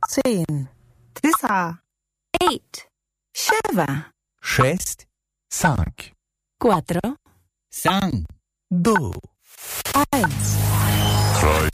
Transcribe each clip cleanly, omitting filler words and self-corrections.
10 9 8 7 6 5 4 5 2 1 Frei,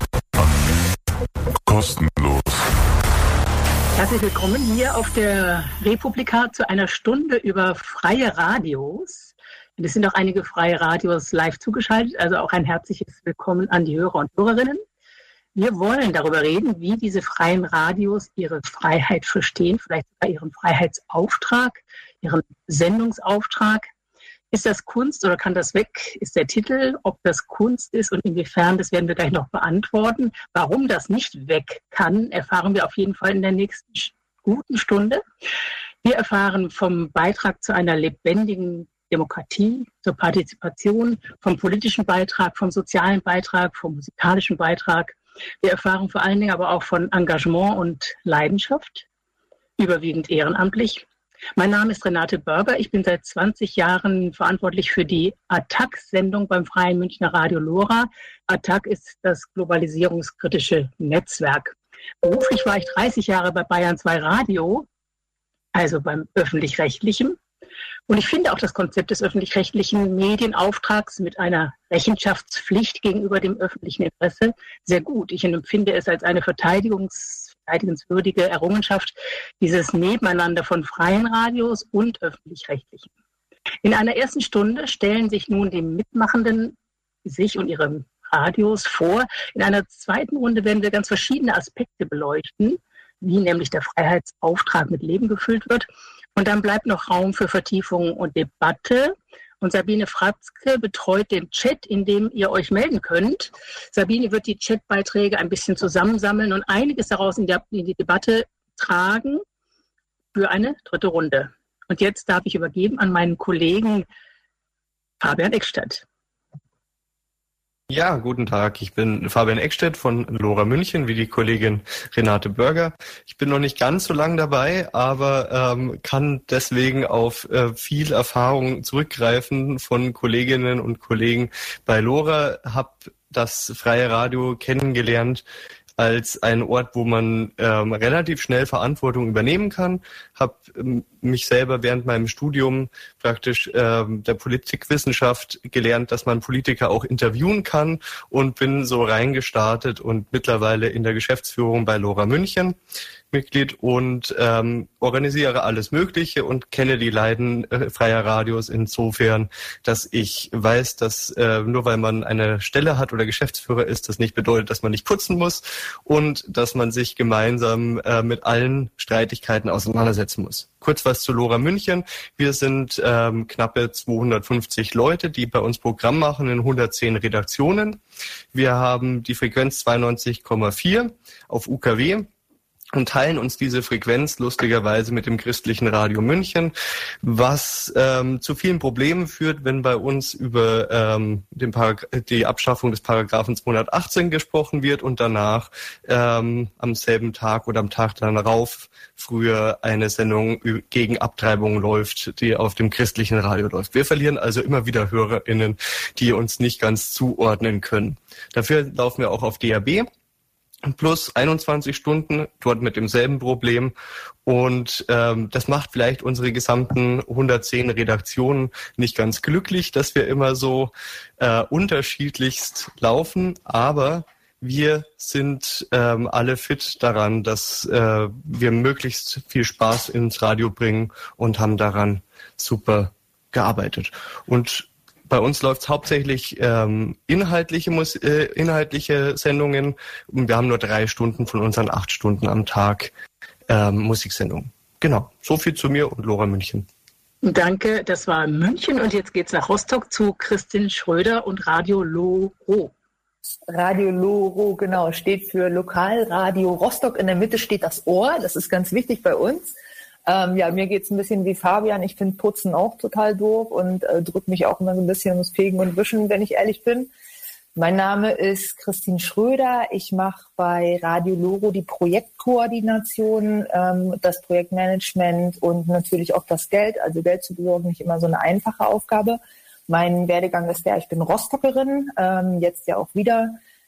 kostenlos. Herzlich willkommen hier auf der Republika zu einer Stunde über freie Radios. Und es sind auch einige freie Radios live zugeschaltet, also auch ein herzliches Willkommen an die Hörer und Hörerinnen. Wir wollen darüber reden, wie diese freien Radios ihre Freiheit verstehen, vielleicht sogar ihren Freiheitsauftrag, ihren Sendungsauftrag. Ist das Kunst oder kann das weg, ist der Titel. Ob das Kunst ist und inwiefern, das werden wir gleich noch beantworten. Warum das nicht weg kann, erfahren wir auf jeden Fall in der nächsten guten Stunde. Wir erfahren vom Beitrag zu einer lebendigen Demokratie, zur Partizipation, vom politischen Beitrag, vom sozialen Beitrag, vom musikalischen Beitrag. Wir erfahren vor allen Dingen aber auch von Engagement und Leidenschaft, überwiegend ehrenamtlich. Mein Name ist Renate Börger. Ich bin seit 20 Jahren verantwortlich für die ATTAC-Sendung beim Freien Münchner Radio LoRa. ATTAC ist das globalisierungskritische Netzwerk. Beruflich war ich 30 Jahre bei Bayern 2 Radio, also beim Öffentlich-Rechtlichen. Und ich finde auch das Konzept des öffentlich-rechtlichen Medienauftrags mit einer Rechenschaftspflicht gegenüber dem öffentlichen Interesse sehr gut. Ich empfinde es als eine verteidigenswürdige Errungenschaft, dieses Nebeneinander von freien Radios und öffentlich-rechtlichen. In einer ersten Stunde stellen sich nun die Mitmachenden sich und ihre Radios vor. In einer zweiten Runde werden wir ganz verschiedene Aspekte beleuchten, wie nämlich der Freiheitsauftrag mit Leben gefüllt wird. Und dann bleibt noch Raum für Vertiefung und Debatte. Und Sabine Fratzke betreut den Chat, in dem ihr euch melden könnt. Sabine wird die Chatbeiträge ein bisschen zusammensammeln und einiges daraus in die Debatte tragen für eine dritte Runde. Und jetzt darf ich übergeben an meinen Kollegen Fabian Eckstedt. Ja, guten Tag. Ich bin Fabian Eckstedt von LoRa München, wie die Kollegin Renate Börger. Ich bin noch nicht ganz so lang dabei, aber kann deswegen auf viel Erfahrung zurückgreifen von Kolleginnen und Kollegen bei LoRa. Hab das freie Radio kennengelernt als ein Ort, wo man relativ schnell Verantwortung übernehmen kann. Habe mich selber während meinem Studium praktisch der Politikwissenschaft gelernt, dass man Politiker auch interviewen kann und bin so reingestartet und mittlerweile in der Geschäftsführung bei LoRa München Mitglied und organisiere alles Mögliche und kenne die Leiden freier Radios insofern, dass ich weiß, dass nur weil man eine Stelle hat oder Geschäftsführer ist, das nicht bedeutet, dass man nicht putzen muss und dass man sich gemeinsam mit allen Streitigkeiten auseinandersetzen muss. Kurz was zu LoRa München. Wir sind knappe 250 Leute, die bei uns Programm machen in 110 Redaktionen. Wir haben die Frequenz 92,4 auf UKW. Und teilen uns diese Frequenz lustigerweise mit dem christlichen Radio München, was zu vielen Problemen führt, wenn bei uns über die Abschaffung des Paragraphen 218 gesprochen wird und danach am selben Tag oder am Tag darauf früher eine Sendung gegen Abtreibung läuft, die auf dem christlichen Radio läuft. Wir verlieren also immer wieder HörerInnen, die uns nicht ganz zuordnen können. Dafür laufen wir auch auf DAB. Plus 21 Stunden, dort mit demselben Problem. Und das macht vielleicht unsere gesamten 110 Redaktionen nicht ganz glücklich, dass wir immer so unterschiedlichst laufen. Aber wir sind alle fit daran, dass wir möglichst viel Spaß ins Radio bringen und haben daran super gearbeitet. Und bei uns läuft es hauptsächlich inhaltliche Sendungen. Wir haben nur 3 Stunden von unseren 8 Stunden am Tag Musiksendungen. Genau, so viel zu mir und LoRa München. Danke, das war München und jetzt geht's nach Rostock zu Christin Schröder und Radio LoRo. Radio LoRo, genau, steht für Lokalradio Rostock. In der Mitte steht das Ohr, das ist ganz wichtig bei uns. Mir geht's ein bisschen wie Fabian. Ich finde Putzen auch total doof und drücke mich auch immer so ein bisschen ums Fegen und Wischen, wenn ich ehrlich bin. Mein Name ist Christine Schröder. Ich mache bei Radio LoRo die Projektkoordination, das Projektmanagement und natürlich auch das Geld. Also Geld zu besorgen, nicht immer so eine einfache Aufgabe. Mein Werdegang ist ich bin Rostockerin, jetzt ja auch wieder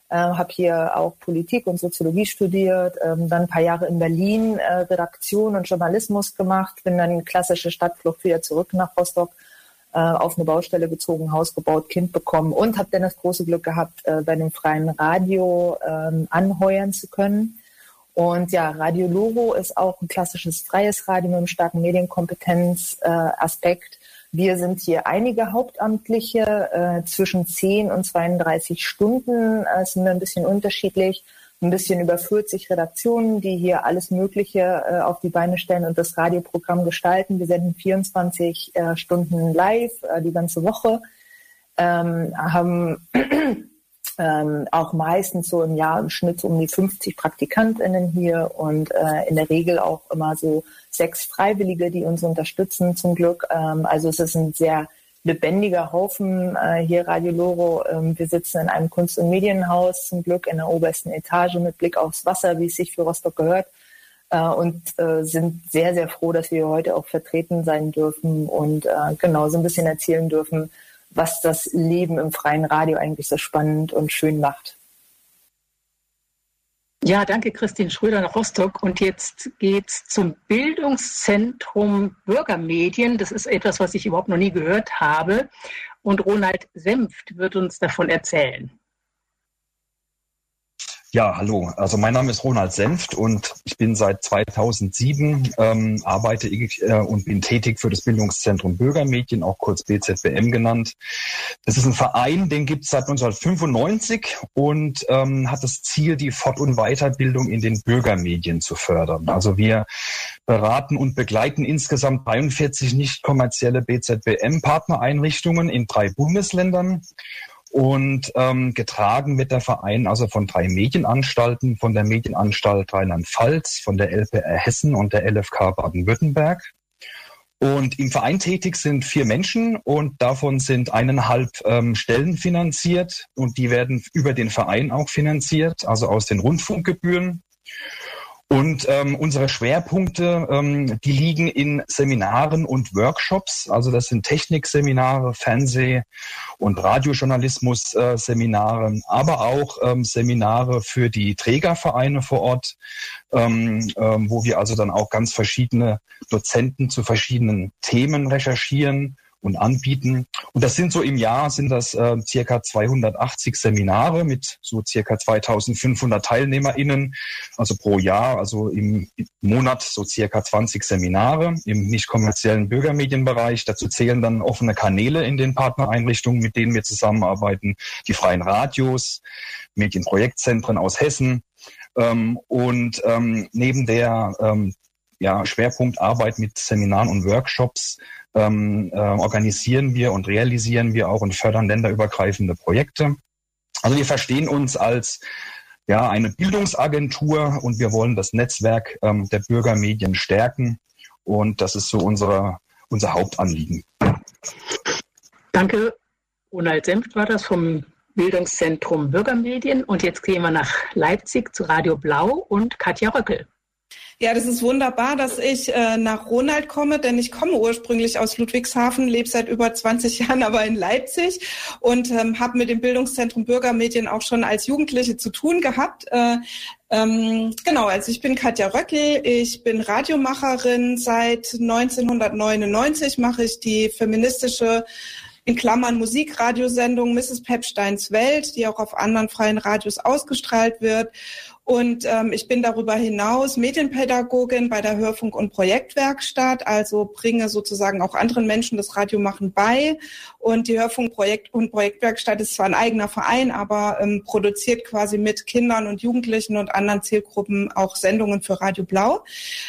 habe hier auch Politik und Soziologie studiert, dann ein paar Jahre in Berlin Redaktion und Journalismus gemacht, bin dann klassische Stadtflucht wieder zurück nach Rostock, auf eine Baustelle gezogen, Haus gebaut, Kind bekommen und habe dann das große Glück gehabt, bei einem freien Radio anheuern zu können. Und ja, Radio Loro ist auch ein klassisches freies Radio mit einem starken Medienkompetenz-Aspekt. Wir sind hier einige Hauptamtliche, zwischen 10 und 32 Stunden, sind wir ein bisschen unterschiedlich, ein bisschen über 40 Redaktionen, die hier alles Mögliche auf die Beine stellen und das Radioprogramm gestalten. Wir senden 24 Stunden live, die ganze Woche, haben auch meistens so im Jahr im Schnitt so um die 50 PraktikantInnen hier und in der Regel auch immer so 6 Freiwillige, die uns unterstützen zum Glück. Also es ist ein sehr lebendiger Haufen hier Radio Loro. Wir sitzen in einem Kunst- und Medienhaus zum Glück in der obersten Etage mit Blick aufs Wasser, wie es sich für Rostock gehört. Und sind sehr, sehr froh, dass wir heute auch vertreten sein dürfen und genau so ein bisschen erzählen dürfen, was das Leben im freien Radio eigentlich so spannend und schön macht. Ja, danke Christine Schröder nach Rostock. Und jetzt geht's zum Bildungszentrum Bürgermedien. Das ist etwas, was ich überhaupt noch nie gehört habe. Und Ronald Senft wird uns davon erzählen. Ja, hallo. Also mein Name ist Ronald Senft und ich bin seit 2007 arbeite und bin tätig für das Bildungszentrum Bürgermedien, auch kurz BZBM genannt. Das ist ein Verein, den gibt es seit 1995 und hat das Ziel, die Fort- und Weiterbildung in den Bürgermedien zu fördern. Also wir beraten und begleiten insgesamt 43 nicht kommerzielle BZBM-Partnereinrichtungen in 3 Bundesländern. Und getragen wird der Verein also von 3 Medienanstalten, von der Medienanstalt Rheinland-Pfalz, von der LPR Hessen und der LFK Baden-Württemberg. Und im Verein tätig sind 4 Menschen und davon sind 1,5 Stellen finanziert und die werden über den Verein auch finanziert, also aus den Rundfunkgebühren. Und unsere Schwerpunkte, die liegen in Seminaren und Workshops. Also das sind Technikseminare, Fernseh- und Radiojournalismus-Seminare, aber auch Seminare für die Trägervereine vor Ort, wo wir also dann auch ganz verschiedene Dozenten zu verschiedenen Themen recherchieren und anbieten. Und das sind so im Jahr sind das circa 280 Seminare mit so circa 2500 TeilnehmerInnen, also pro Jahr, also im Monat so circa 20 Seminare im nicht kommerziellen Bürgermedienbereich. Dazu zählen dann offene Kanäle in den Partnereinrichtungen, mit denen wir zusammenarbeiten, die freien Radios, Medienprojektzentren aus Hessen und neben der Schwerpunktarbeit mit Seminaren und Workshops organisieren wir und realisieren wir auch und fördern länderübergreifende Projekte. Also wir verstehen uns als eine Bildungsagentur und wir wollen das Netzwerk der Bürgermedien stärken und das ist so unser Hauptanliegen. Danke, Ronald Senft war das vom Bildungszentrum Bürgermedien und jetzt gehen wir nach Leipzig zu Radio Blau und Katja Röckel. Ja, das ist wunderbar, dass ich nach Ronald komme, denn ich komme ursprünglich aus Ludwigshafen, lebe seit über 20 Jahren aber in Leipzig und habe mit dem Bildungszentrum Bürgermedien auch schon als Jugendliche zu tun gehabt. Also ich bin Katja Röckel, ich bin Radiomacherin. Seit 1999 mache ich die feministische in Klammern Musikradiosendung Mrs. Pepsteins Welt, die auch auf anderen freien Radios ausgestrahlt wird. Und ich bin darüber hinaus Medienpädagogin bei der Hörfunk- und Projektwerkstatt, also bringe sozusagen auch anderen Menschen das Radiomachen bei. Und die Hörfunk- und Projektwerkstatt ist zwar ein eigener Verein, aber produziert quasi mit Kindern und Jugendlichen und anderen Zielgruppen auch Sendungen für Radio Blau.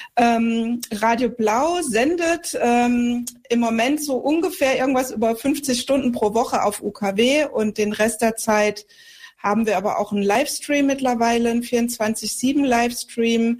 Radio Blau sendet im Moment so ungefähr irgendwas über 50 Stunden pro Woche auf UKW und den Rest der Zeit haben wir aber auch einen Livestream mittlerweile, einen 24/7 Livestream.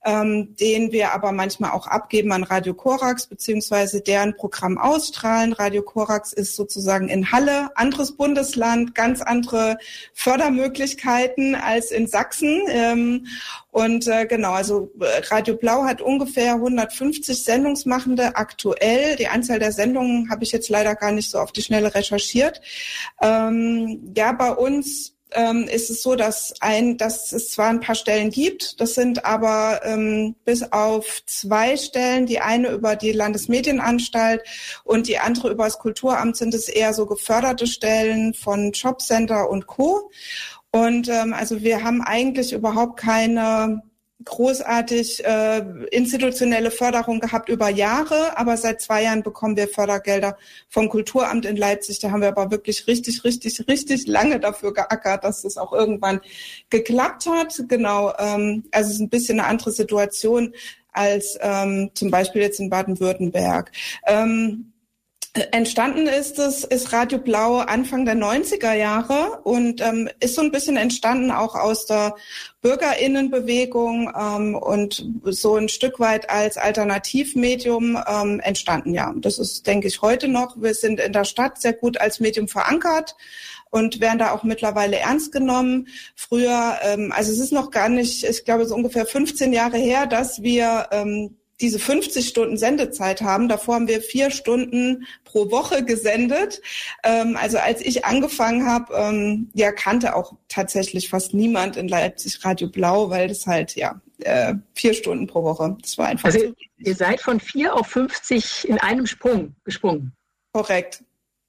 den wir aber manchmal auch abgeben an Radio Korax, beziehungsweise deren Programm ausstrahlen. Radio Korax ist sozusagen in Halle, anderes Bundesland, ganz andere Fördermöglichkeiten als in Sachsen. Genau, also Radio Blau hat ungefähr 150 Sendungsmachende aktuell. Die Anzahl der Sendungen habe ich jetzt leider gar nicht so auf die Schnelle recherchiert. Bei uns ist es so, dass es zwar ein paar Stellen gibt, das sind aber bis auf 2 Stellen, die eine über die Landesmedienanstalt und die andere über das Kulturamt, sind es eher so geförderte Stellen von Jobcenter und Co. Und also wir haben eigentlich überhaupt keine großartig institutionelle Förderung gehabt über Jahre, aber seit 2 Jahren bekommen wir Fördergelder vom Kulturamt in Leipzig. Da haben wir aber wirklich richtig lange dafür geackert, dass das auch irgendwann geklappt hat. Genau, also es ist ein bisschen eine andere Situation als zum Beispiel jetzt in Baden-Württemberg. Entstanden ist Radio Blau Anfang der 90er Jahre und ist so ein bisschen entstanden auch aus der BürgerInnenbewegung und so ein Stück weit als Alternativmedium entstanden, ja. Das ist, denke ich, heute noch. Wir sind in der Stadt sehr gut als Medium verankert und werden da auch mittlerweile ernst genommen. Früher, also es ist noch gar nicht, ich glaube, es ist ungefähr 15 Jahre her, dass wir diese 50 Stunden Sendezeit haben. Davor haben wir 4 Stunden pro Woche gesendet. Also als ich angefangen habe, kannte auch tatsächlich fast niemand in Leipzig Radio Blau, weil das halt 4 Stunden pro Woche. Das war einfach. Also ihr seid von 4 auf 50 in einem Sprung gesprungen. Korrekt.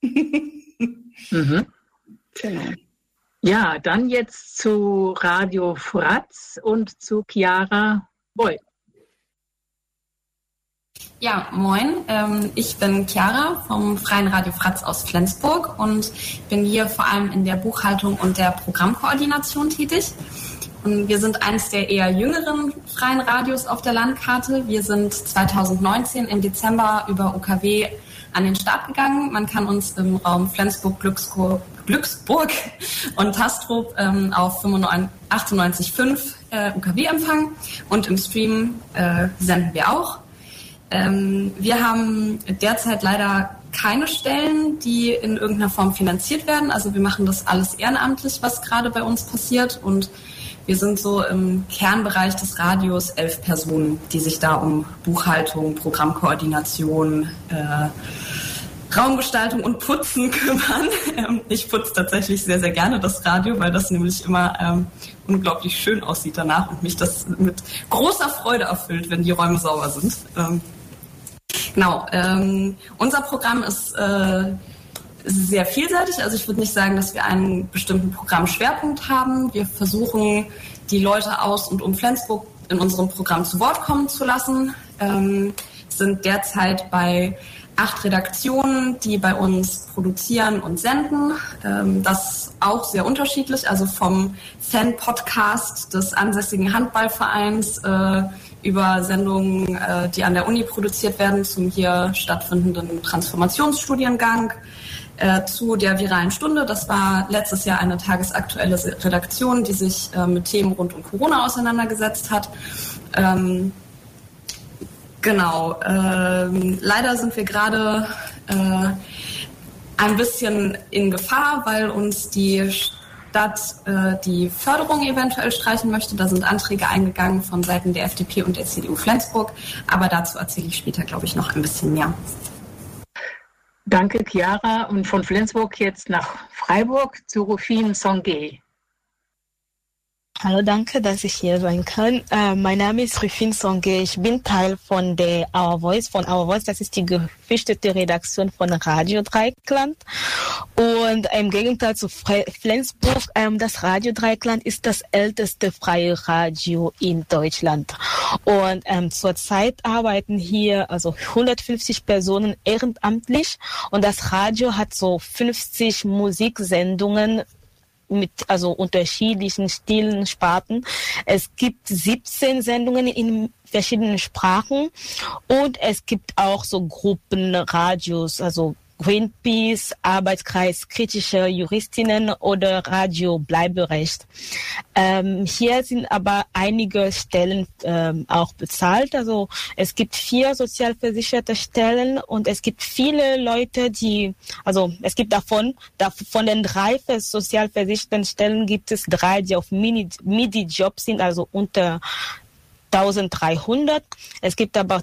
Mhm. Genau. Ja, dann jetzt zu Radio Fratz und zu Chiara Boy. Ja, moin. Ich bin Chiara vom Freien Radio Fratz aus Flensburg und bin hier vor allem in der Buchhaltung und der Programmkoordination tätig. Und wir sind eines der eher jüngeren freien Radios auf der Landkarte. Wir sind 2019 im Dezember über UKW an den Start gegangen. Man kann uns im Raum Flensburg, Glücksburg und Tastrup auf 98,5 UKW empfangen und im Stream senden wir auch. Wir haben derzeit leider keine Stellen, die in irgendeiner Form finanziert werden. Also wir machen das alles ehrenamtlich, was gerade bei uns passiert. Und wir sind so im Kernbereich des Radios 11 Personen, die sich da um Buchhaltung, Programmkoordination, Raumgestaltung und Putzen kümmern. Ich putze tatsächlich sehr, sehr gerne das Radio, weil das nämlich immer unglaublich schön aussieht danach und mich das mit großer Freude erfüllt, wenn die Räume sauber sind. Genau, unser Programm ist sehr vielseitig. Also ich würde nicht sagen, dass wir einen bestimmten Programmschwerpunkt haben. Wir versuchen, die Leute aus und um Flensburg in unserem Programm zu Wort kommen zu lassen. Sind derzeit bei 8 Redaktionen, die bei uns produzieren und senden. Das auch sehr unterschiedlich, also vom Fan-Podcast des ansässigen Handballvereins über Sendungen, die an der Uni produziert werden, zum hier stattfindenden Transformationsstudiengang, zu der viralen Stunde. Das war letztes Jahr eine tagesaktuelle Redaktion, die sich mit Themen rund um Corona auseinandergesetzt hat. Genau. Leider sind wir gerade ein bisschen in Gefahr, weil uns die Stadt die Förderung eventuell streichen möchte. Da sind Anträge eingegangen von Seiten der FDP und der CDU Flensburg. Aber dazu erzähle ich später, glaube ich, noch ein bisschen mehr. Danke, Chiara. Und von Flensburg jetzt nach Freiburg zu Rufin Songe. Hallo, danke, dass ich hier sein kann. Mein Name ist Rufin Songe. Ich bin Teil von der Our Voice. Das ist die gefürchtete Redaktion von Radio Dreieckland. Und im Gegenteil zu Flensburg, das Radio Dreieckland ist das älteste freie Radio in Deutschland. Und zurzeit arbeiten hier also 150 Personen ehrenamtlich. Und das Radio hat so 50 Musiksendungen mit also unterschiedlichen Stilen, Sparten. Es gibt 17 Sendungen in verschiedenen Sprachen und es gibt auch so Gruppenradios, also Greenpeace, Arbeitskreis kritische Juristinnen oder Radio Bleiberecht. Hier sind aber einige Stellen auch bezahlt. Also es gibt 4 sozialversicherte Stellen und es gibt viele Leute, es gibt von den 3 sozialversicherten Stellen gibt es 3, die auf MIDI-Jobs sind, also unter 1300. Es gibt aber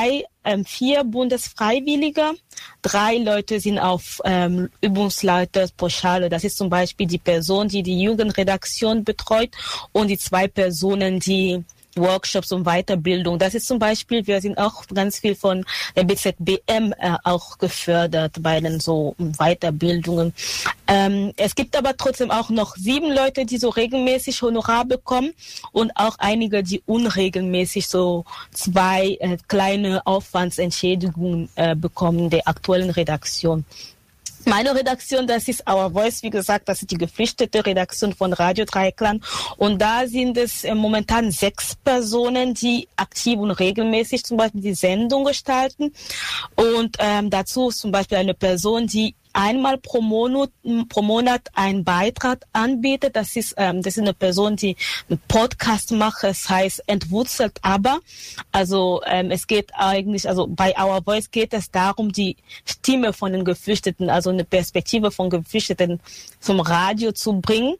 4 Bundesfreiwillige. 3 Leute sind auf Übungsleiterpauschale. Das ist zum Beispiel die Person, die die Jugendredaktion betreut und die 2 Personen, die Workshops und Weiterbildung. Das ist zum Beispiel, wir sind auch ganz viel von der BZBM auch gefördert bei den so Weiterbildungen. Es gibt aber trotzdem auch noch 7 Leute, die so regelmäßig Honorar bekommen und auch einige, die unregelmäßig so 2 kleine Aufwandsentschädigungen bekommen der aktuellen Redaktion. Meine Redaktion, das ist Our Voice, wie gesagt, das ist die geflüchtete Redaktion von Radio Dreieckland. Und da sind es momentan 6 Personen, die aktiv und regelmäßig zum Beispiel die Sendung gestalten. Und dazu zum Beispiel eine Person, die einmal pro Monat einen Beitrag anbietet. Das ist eine Person, die einen Podcast macht. Es heißt Entwurzelt aber. Also es geht eigentlich, also bei Our Voice geht es darum, die Stimme von den Geflüchteten, also eine Perspektive von Geflüchteten zum Radio zu bringen.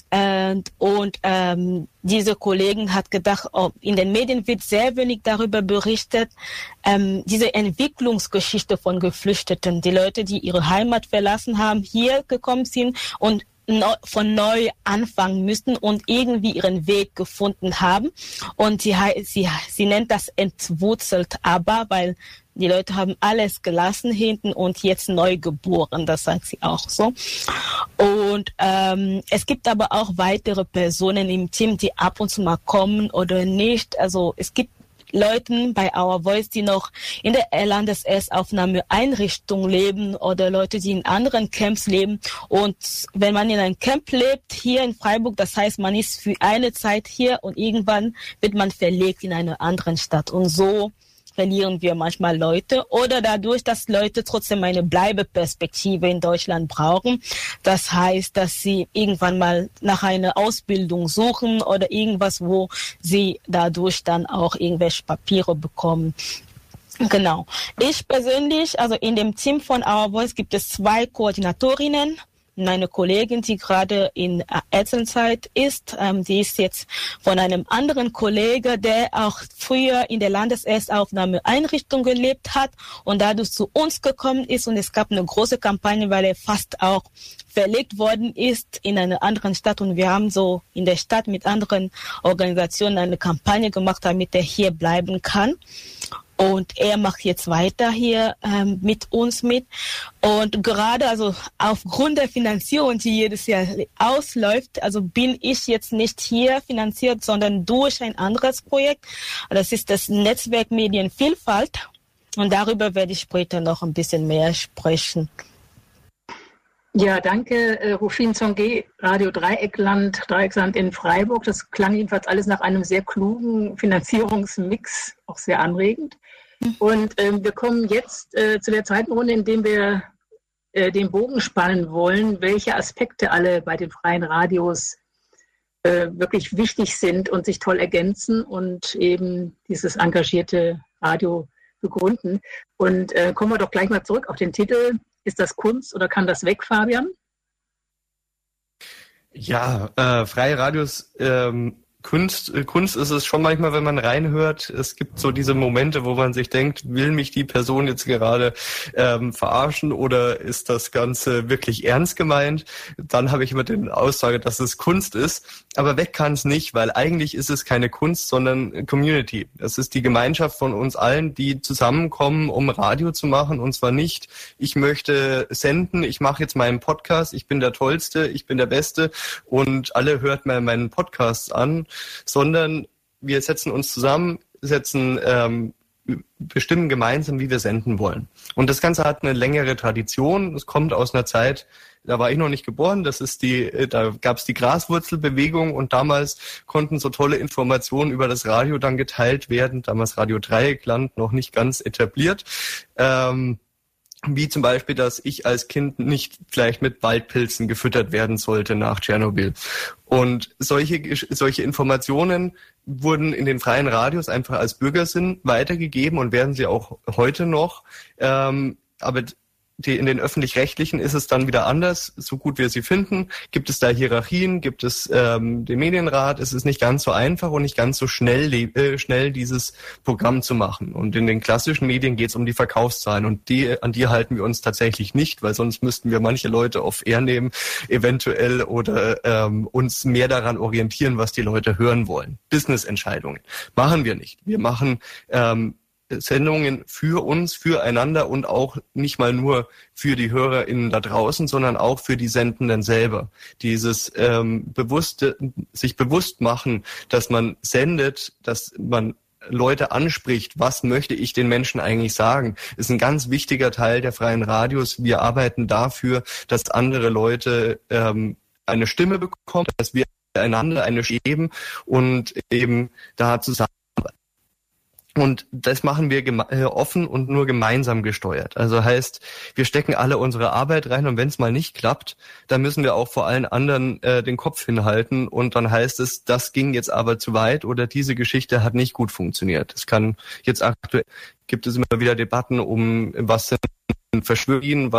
Und diese Kollegin hat gedacht, in den Medien wird sehr wenig darüber berichtet, diese Entwicklungsgeschichte von Geflüchteten, die Leute, die ihre Heimat verlassen haben, hier gekommen sind und von neu anfangen müssen und irgendwie ihren Weg gefunden haben. Und sie nennt das entwurzelt aber, weil die Leute haben alles gelassen hinten und jetzt neu geboren, das sagt sie auch so. Und es gibt aber auch weitere Personen im Team, die ab und zu mal kommen oder nicht. Also es gibt Leuten bei Our Voice, die noch in der Landeserstaufnahmeeinrichtung leben oder Leute, die in anderen Camps leben. Und wenn man in einem Camp lebt, hier in Freiburg, das heißt, man ist für eine Zeit hier und irgendwann wird man verlegt in eine andere Stadt. Und so verlieren wir manchmal Leute oder dadurch, dass Leute trotzdem eine Bleibeperspektive in Deutschland brauchen. Das heißt, dass sie irgendwann mal nach einer Ausbildung suchen oder irgendwas, wo sie dadurch dann auch irgendwelche Papiere bekommen. Genau. Ich persönlich, also in dem Team von Our Voice gibt es 2 Koordinatorinnen. Meine Kollegin, die gerade in Elternzeit ist, die ist jetzt von einem anderen Kollegen, der auch früher in der Landeserstaufnahmeeinrichtung gelebt hat und dadurch zu uns gekommen ist. Und es gab eine große Kampagne, weil er fast auch verlegt worden ist in eine andere Stadt. Und wir haben so in der Stadt mit anderen Organisationen eine Kampagne gemacht, damit er hier bleiben kann. Und er macht jetzt weiter hier mit uns mit. Und gerade also aufgrund der Finanzierung, die jedes Jahr ausläuft, also bin ich jetzt nicht hier finanziert, sondern durch ein anderes Projekt. Das ist das Netzwerk Medienvielfalt. Und darüber werde ich später noch ein bisschen mehr sprechen. Ja, danke, Rufin Zonge, Radio Dreieckland in Freiburg. Das klang jedenfalls alles nach einem sehr klugen Finanzierungsmix, auch sehr anregend. Und wir kommen jetzt zu der zweiten Runde, in dem wir den Bogen spannen wollen, welche Aspekte alle bei den freien Radios wirklich wichtig sind und sich toll ergänzen und eben dieses engagierte Radio begründen. Und kommen wir doch gleich mal zurück auf den Titel. Ist das Kunst oder kann das weg, Fabian? Ja, freie Radios, Kunst ist es schon manchmal, wenn man reinhört. Es gibt so diese Momente, wo man sich denkt, will mich die Person jetzt gerade verarschen oder ist das Ganze wirklich ernst gemeint? Dann habe ich immer die Aussage, dass es Kunst ist. Aber weg kann es nicht, weil eigentlich ist es keine Kunst, sondern Community. Es ist die Gemeinschaft von uns allen, die zusammenkommen, um Radio zu machen. Und zwar nicht, ich möchte senden, ich mache jetzt meinen Podcast, ich bin der Tollste, ich bin der Beste und alle hört mal meinen Podcast an, sondern wir setzen uns zusammen, bestimmen gemeinsam, wie wir senden wollen. Und das Ganze hat eine längere Tradition. Es kommt aus einer Zeit, da war ich noch nicht geboren. Da gab es die Graswurzelbewegung und damals konnten so tolle Informationen über das Radio dann geteilt werden. Damals Radio Dreieckland noch nicht ganz etabliert. wie zum Beispiel, dass ich als Kind nicht vielleicht mit Waldpilzen gefüttert werden sollte nach Tschernobyl. Und solche Informationen wurden in den freien Radios einfach als Bürgersinn weitergegeben und werden sie auch heute noch. Aber in den Öffentlich-Rechtlichen ist es dann wieder anders, so gut wir sie finden. Gibt es da Hierarchien, gibt es den Medienrat? Es ist nicht ganz so einfach und nicht ganz so schnell dieses Programm zu machen. Und in den klassischen Medien geht es um die Verkaufszahlen und an die halten wir uns tatsächlich nicht, weil sonst müssten wir manche Leute auf Air nehmen, eventuell, oder uns mehr daran orientieren, was die Leute hören wollen. Business-Entscheidungen machen wir nicht. Wir machen Sendungen für uns, füreinander und auch nicht mal nur für die HörerInnen da draußen, sondern auch für die Sendenden selber. Dieses sich bewusst machen, dass man sendet, dass man Leute anspricht, was möchte ich den Menschen eigentlich sagen, ist ein ganz wichtiger Teil der freien Radios. Wir arbeiten dafür, dass andere Leute eine Stimme bekommen, dass wir einander eine Stimme geben und eben da zusammen. Und das machen wir offen und nur gemeinsam gesteuert. Also heißt, wir stecken alle unsere Arbeit rein und wenn es mal nicht klappt, dann müssen wir auch vor allen anderen den Kopf hinhalten und dann heißt es, das ging jetzt aber zu weit oder diese Geschichte hat nicht gut funktioniert. Es kann jetzt aktuell, gibt es immer wieder Debatten um, was sind Verschwörungen,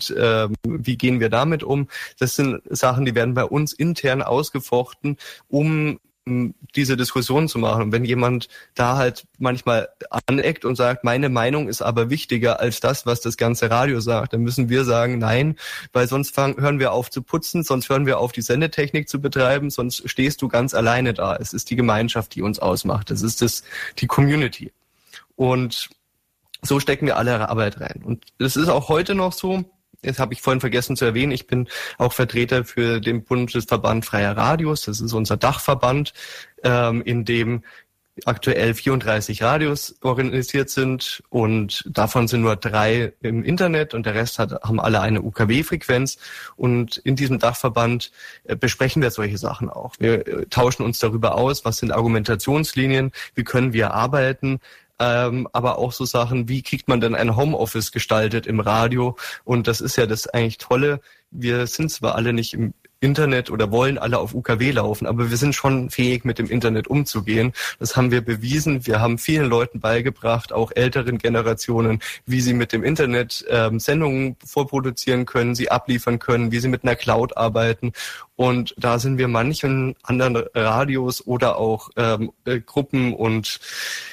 wie gehen wir damit um? Das sind Sachen, die werden bei uns intern ausgefochten, um diese Diskussion zu machen. Und wenn jemand da halt manchmal aneckt und sagt, meine Meinung ist aber wichtiger als das, was das ganze Radio sagt, dann müssen wir sagen, nein, weil sonst hören wir auf zu putzen, sonst hören wir auf, die Sendetechnik zu betreiben, sonst stehst du ganz alleine da. Es ist die Gemeinschaft, die uns ausmacht. Es ist die Community. Und so stecken wir alle Arbeit rein. Und das ist auch heute noch so. Das habe ich vorhin vergessen zu erwähnen. Ich bin auch Vertreter für den Bundesverband Freier Radios. Das ist unser Dachverband, in dem aktuell 34 Radios organisiert sind und davon sind nur 3 im Internet und der Rest haben alle eine UKW-Frequenz. Und in diesem Dachverband besprechen wir solche Sachen auch. Wir tauschen uns darüber aus, was sind Argumentationslinien, wie können wir arbeiten, aber auch so Sachen, wie kriegt man denn ein Homeoffice gestaltet im Radio? Und das ist ja das eigentlich Tolle. Wir sind zwar alle nicht im Internet oder wollen alle auf UKW laufen, aber wir sind schon fähig, mit dem Internet umzugehen. Das haben wir bewiesen. Wir haben vielen Leuten beigebracht, auch älteren Generationen, wie sie mit dem Internet Sendungen vorproduzieren können, sie abliefern können, wie sie mit einer Cloud arbeiten. Und da sind wir manchen anderen Radios oder auch Gruppen und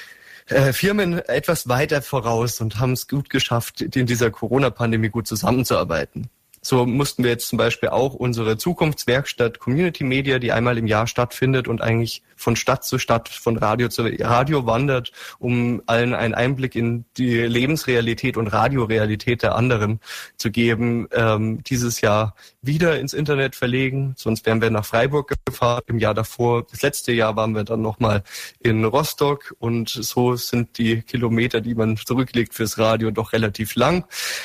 Firmen etwas weiter voraus und haben es gut geschafft, in dieser Corona-Pandemie gut zusammenzuarbeiten. So mussten wir jetzt zum Beispiel auch unsere Zukunftswerkstatt Community Media, die einmal im Jahr stattfindet und eigentlich von Stadt zu Stadt, von Radio zu Radio wandert, um allen einen Einblick in die Lebensrealität und Radiorealität der anderen zu geben, dieses Jahr wieder ins Internet verlegen. Sonst wären wir nach Freiburg gefahren. Im Jahr davor, das letzte Jahr, waren wir dann nochmal in Rostock und so sind die Kilometer, die man zurücklegt fürs Radio, doch relativ lang.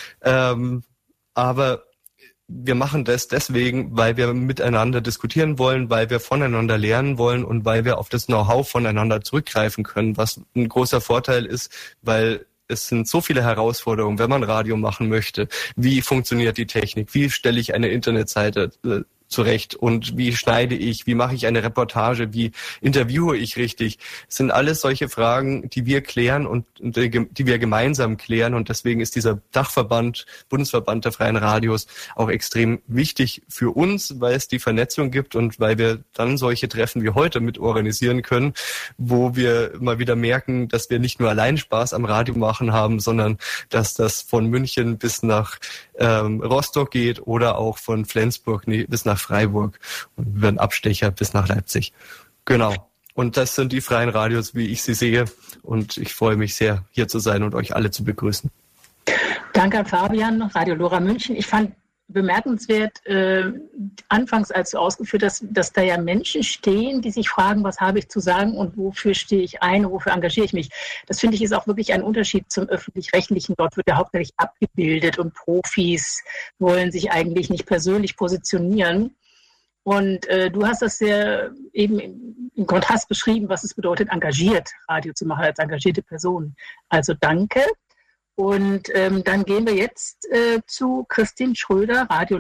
Aber wir machen das deswegen, weil wir miteinander diskutieren wollen, weil wir voneinander lernen wollen und weil wir auf das Know-how voneinander zurückgreifen können, was ein großer Vorteil ist, weil es sind so viele Herausforderungen, wenn man Radio machen möchte. Wie funktioniert die Technik? Wie stelle ich eine Internetseite zurecht und wie schneide ich, wie mache ich eine Reportage, wie interviewe ich richtig. Das sind alles solche Fragen, die wir klären und die wir gemeinsam klären und deswegen ist dieser Dachverband, Bundesverband der freien Radios auch extrem wichtig für uns, weil es die Vernetzung gibt und weil wir dann solche Treffen wie heute mit organisieren können, wo wir mal wieder merken, dass wir nicht nur allein Spaß am Radio machen haben, sondern dass das von München bis nach Rostock geht oder auch von Flensburg bis nach Freiburg und über einen Abstecher bis nach Leipzig. Genau. Und das sind die freien Radios, wie ich sie sehe. Und ich freue mich sehr, hier zu sein und euch alle zu begrüßen. Danke an Fabian, Radio Lora München. Ich fand bemerkenswert, anfangs, als du ausgeführt hast, dass da ja Menschen stehen, die sich fragen, was habe ich zu sagen und wofür stehe ich ein, wofür engagiere ich mich. Das finde ich ist auch wirklich ein Unterschied zum Öffentlich-Rechtlichen. Dort wird ja hauptsächlich abgebildet und Profis wollen sich eigentlich nicht persönlich positionieren. Und du hast das sehr eben im Kontrast beschrieben, was es bedeutet, engagiert Radio zu machen als engagierte Person. Also danke. Und dann gehen wir jetzt zu Christine Schröder, Radio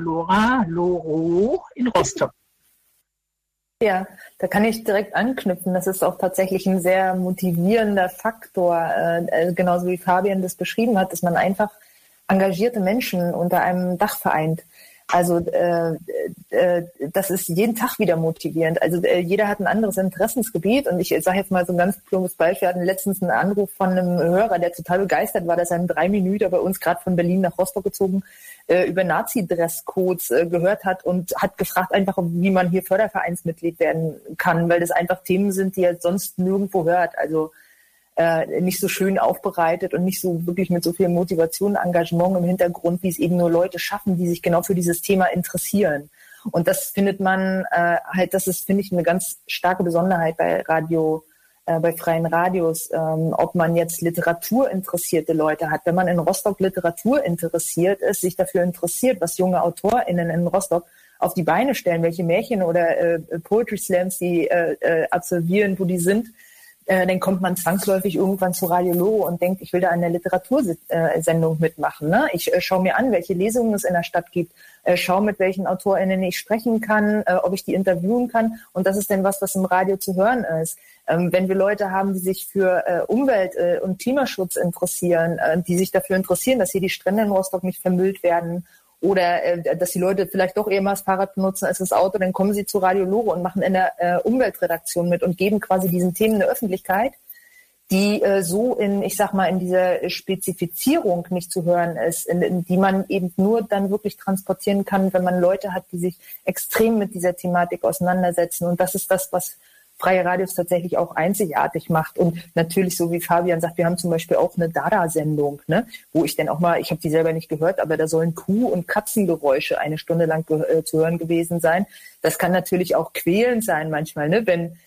Loro in Rostock. Ja, da kann ich direkt anknüpfen. Das ist auch tatsächlich ein sehr motivierender Faktor, genauso wie Fabian das beschrieben hat, dass man einfach engagierte Menschen unter einem Dach vereint. Also das ist jeden Tag wieder motivierend. Also jeder hat ein anderes Interessensgebiet und ich sage jetzt mal so ein ganz plumpes Beispiel. Wir hatten letztens einen Anruf von einem Hörer, der total begeistert war, dass er in 3 Minuten bei uns gerade von Berlin nach Rostock gezogen über Nazi-Dresscodes gehört hat und hat gefragt einfach, wie man hier Fördervereinsmitglied werden kann, weil das einfach Themen sind, die er sonst nirgendwo hört. Also nicht so schön aufbereitet und nicht so wirklich mit so viel Motivation, Engagement im Hintergrund, wie es eben nur Leute schaffen, die sich genau für dieses Thema interessieren. Und das findet man das ist, finde ich, eine ganz starke Besonderheit bei bei freien Radios, ob man jetzt literaturinteressierte Leute hat. Wenn man in Rostock Literatur interessiert ist, sich dafür interessiert, was junge AutorInnen in Rostock auf die Beine stellen, welche Märchen oder Poetry Slams sie absolvieren, wo die sind, dann kommt man zwangsläufig irgendwann zu Radio Loro und denkt, ich will da an der Literatursendung mitmachen. Ne? Ich schaue mir an, welche Lesungen es in der Stadt gibt, schaue, mit welchen AutorInnen ich sprechen kann, ob ich die interviewen kann. Und das ist dann was im Radio zu hören ist. Wenn wir Leute haben, die sich für Umwelt- und Klimaschutz interessieren, die sich dafür interessieren, dass hier die Strände in Rostock nicht vermüllt werden, oder dass die Leute vielleicht doch eher mal das Fahrrad benutzen als das Auto, dann kommen sie zu Radio Loro und machen in der Umweltredaktion mit und geben quasi diesen Themen eine Öffentlichkeit, die so in dieser Spezifizierung nicht zu hören ist, in die man eben nur dann wirklich transportieren kann, wenn man Leute hat, die sich extrem mit dieser Thematik auseinandersetzen. Und das ist das, was freie Radios tatsächlich auch einzigartig macht. Und natürlich, so wie Fabian sagt, wir haben zum Beispiel auch eine Dada-Sendung, ne, wo ich dann auch mal, ich habe die selber nicht gehört, aber da sollen Kuh- und Katzengeräusche 1 Stunde lang zu hören gewesen sein. Das kann natürlich auch quälend sein manchmal, ne,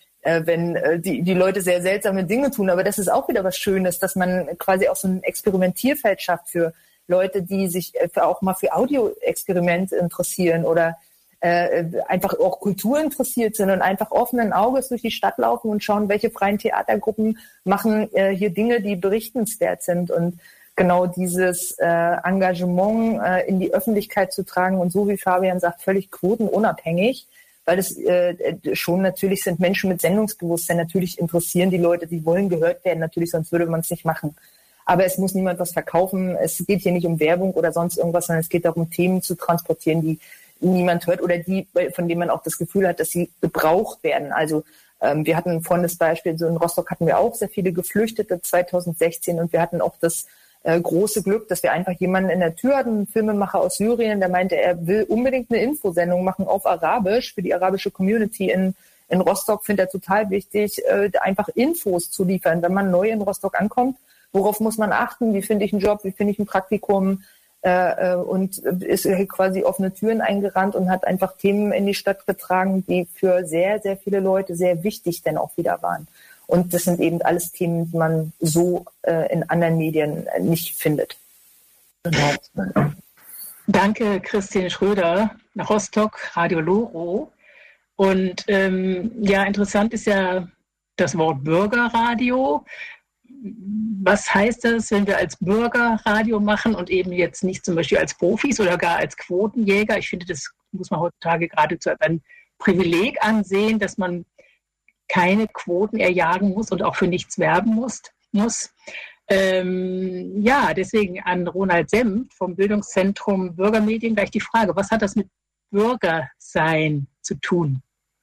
wenn die Leute sehr seltsame Dinge tun. Aber das ist auch wieder was Schönes, dass man quasi auch so ein Experimentierfeld schafft für Leute, die sich auch mal für Audioexperimente interessieren oder einfach auch Kultur interessiert sind und einfach offenen Auges durch die Stadt laufen und schauen, welche freien Theatergruppen machen hier Dinge, die berichtenswert sind. Und genau dieses Engagement in die Öffentlichkeit zu tragen und so wie Fabian sagt, völlig quotenunabhängig, weil es schon natürlich sind Menschen mit Sendungsbewusstsein, natürlich interessieren die Leute, die wollen gehört werden, natürlich, sonst würde man es nicht machen. Aber es muss niemand was verkaufen, es geht hier nicht um Werbung oder sonst irgendwas, sondern es geht darum, Themen zu transportieren, die niemand hört oder die, von denen man auch das Gefühl hat, dass sie gebraucht werden. Also wir hatten vorhin das Beispiel, so in Rostock hatten wir auch sehr viele Geflüchtete 2016 und wir hatten auch das große Glück, dass wir einfach jemanden in der Tür hatten, einen Filmemacher aus Syrien, der meinte, er will unbedingt eine Infosendung machen auf Arabisch für die arabische Community in Rostock. Findet er total wichtig, einfach Infos zu liefern, wenn man neu in Rostock ankommt. Worauf muss man achten? Wie finde ich einen Job? Wie finde ich ein Praktikum? Und ist quasi offene Türen eingerannt und hat einfach Themen in die Stadt getragen, die für sehr, sehr viele Leute sehr wichtig dann auch wieder waren. Und das sind eben alles Themen, die man so in anderen Medien nicht findet. Danke, Christine Schröder, nach Rostock, Radio Loro. Und interessant ist ja das Wort Bürgerradio. Was heißt das, wenn wir als Bürger Radio machen und eben jetzt nicht zum Beispiel als Profis oder gar als Quotenjäger? Ich finde, das muss man heutzutage geradezu als ein Privileg ansehen, dass man keine Quoten erjagen muss und auch für nichts werben muss. Deswegen an Ronald Senft vom Bildungszentrum Bürgermedien gleich die Frage, was hat das mit Bürgersein zu tun?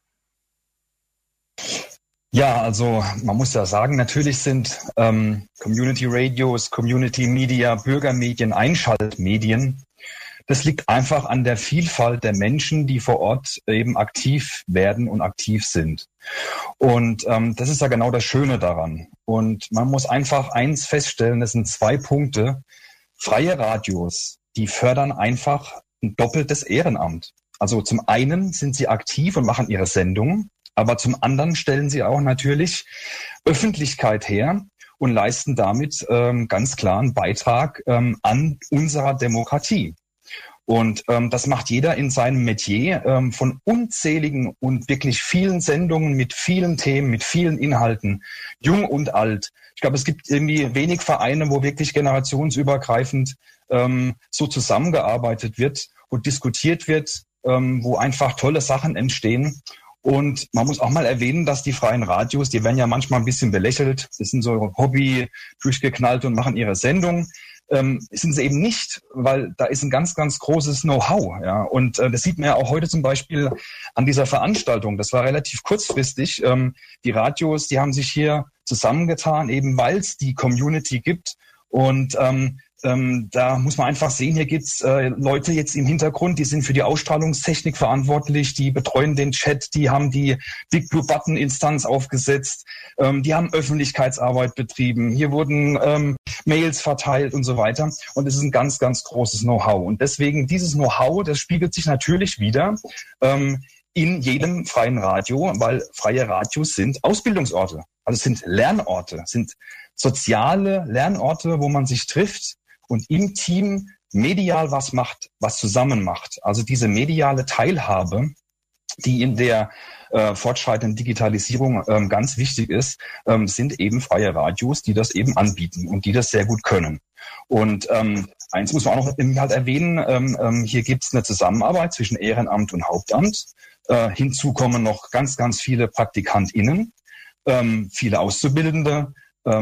Ja, also man muss ja sagen, natürlich sind Community Radios, Community Media, Bürgermedien, Einschaltmedien. Das liegt einfach an der Vielfalt der Menschen, die vor Ort eben aktiv werden und aktiv sind. Und das ist ja genau das Schöne daran. Und man muss einfach eins feststellen, das sind 2 Punkte. Freie Radios, die fördern einfach ein doppeltes Ehrenamt. Also zum einen sind sie aktiv und machen ihre Sendungen, aber zum anderen stellen sie auch natürlich Öffentlichkeit her und leisten damit ganz klar einen Beitrag an unserer Demokratie. Und das macht jeder in seinem Metier von unzähligen und wirklich vielen Sendungen mit vielen Themen, mit vielen Inhalten, jung und alt. Ich glaube, es gibt irgendwie wenig Vereine, wo wirklich generationsübergreifend so zusammengearbeitet wird und diskutiert wird, wo einfach tolle Sachen entstehen. Und man muss auch mal erwähnen, dass die freien Radios, die werden ja manchmal ein bisschen belächelt. Das sind so Hobby durchgeknallt und machen ihre Sendung. Sind sie eben nicht, weil da ist ein ganz, ganz großes Know-how. Ja? Und das sieht man ja auch heute zum Beispiel an dieser Veranstaltung. Das war relativ kurzfristig. Die Radios, die haben sich hier zusammengetan, eben weil es die Community gibt. Und da muss man einfach sehen, hier gibt's Leute jetzt im Hintergrund, die sind für die Ausstrahlungstechnik verantwortlich, die betreuen den Chat, die haben die Big Blue Button Instanz aufgesetzt, die haben Öffentlichkeitsarbeit betrieben, hier wurden Mails verteilt und so weiter. Und es ist ein ganz, ganz großes Know-how. Und deswegen dieses Know-how, das spiegelt sich natürlich wieder in jedem freien Radio, weil freie Radios sind Ausbildungsorte, also es sind Lernorte, sind soziale Lernorte, wo man sich trifft und im Team medial was macht, was zusammen macht. Also diese mediale Teilhabe, die in der fortschreitenden Digitalisierung ganz wichtig ist, sind eben freie Radios, die das eben anbieten und die das sehr gut können. Und eins muss man auch noch halt erwähnen, hier gibt es eine Zusammenarbeit zwischen Ehrenamt und Hauptamt. Hinzu kommen noch ganz, ganz viele PraktikantInnen, viele Auszubildende,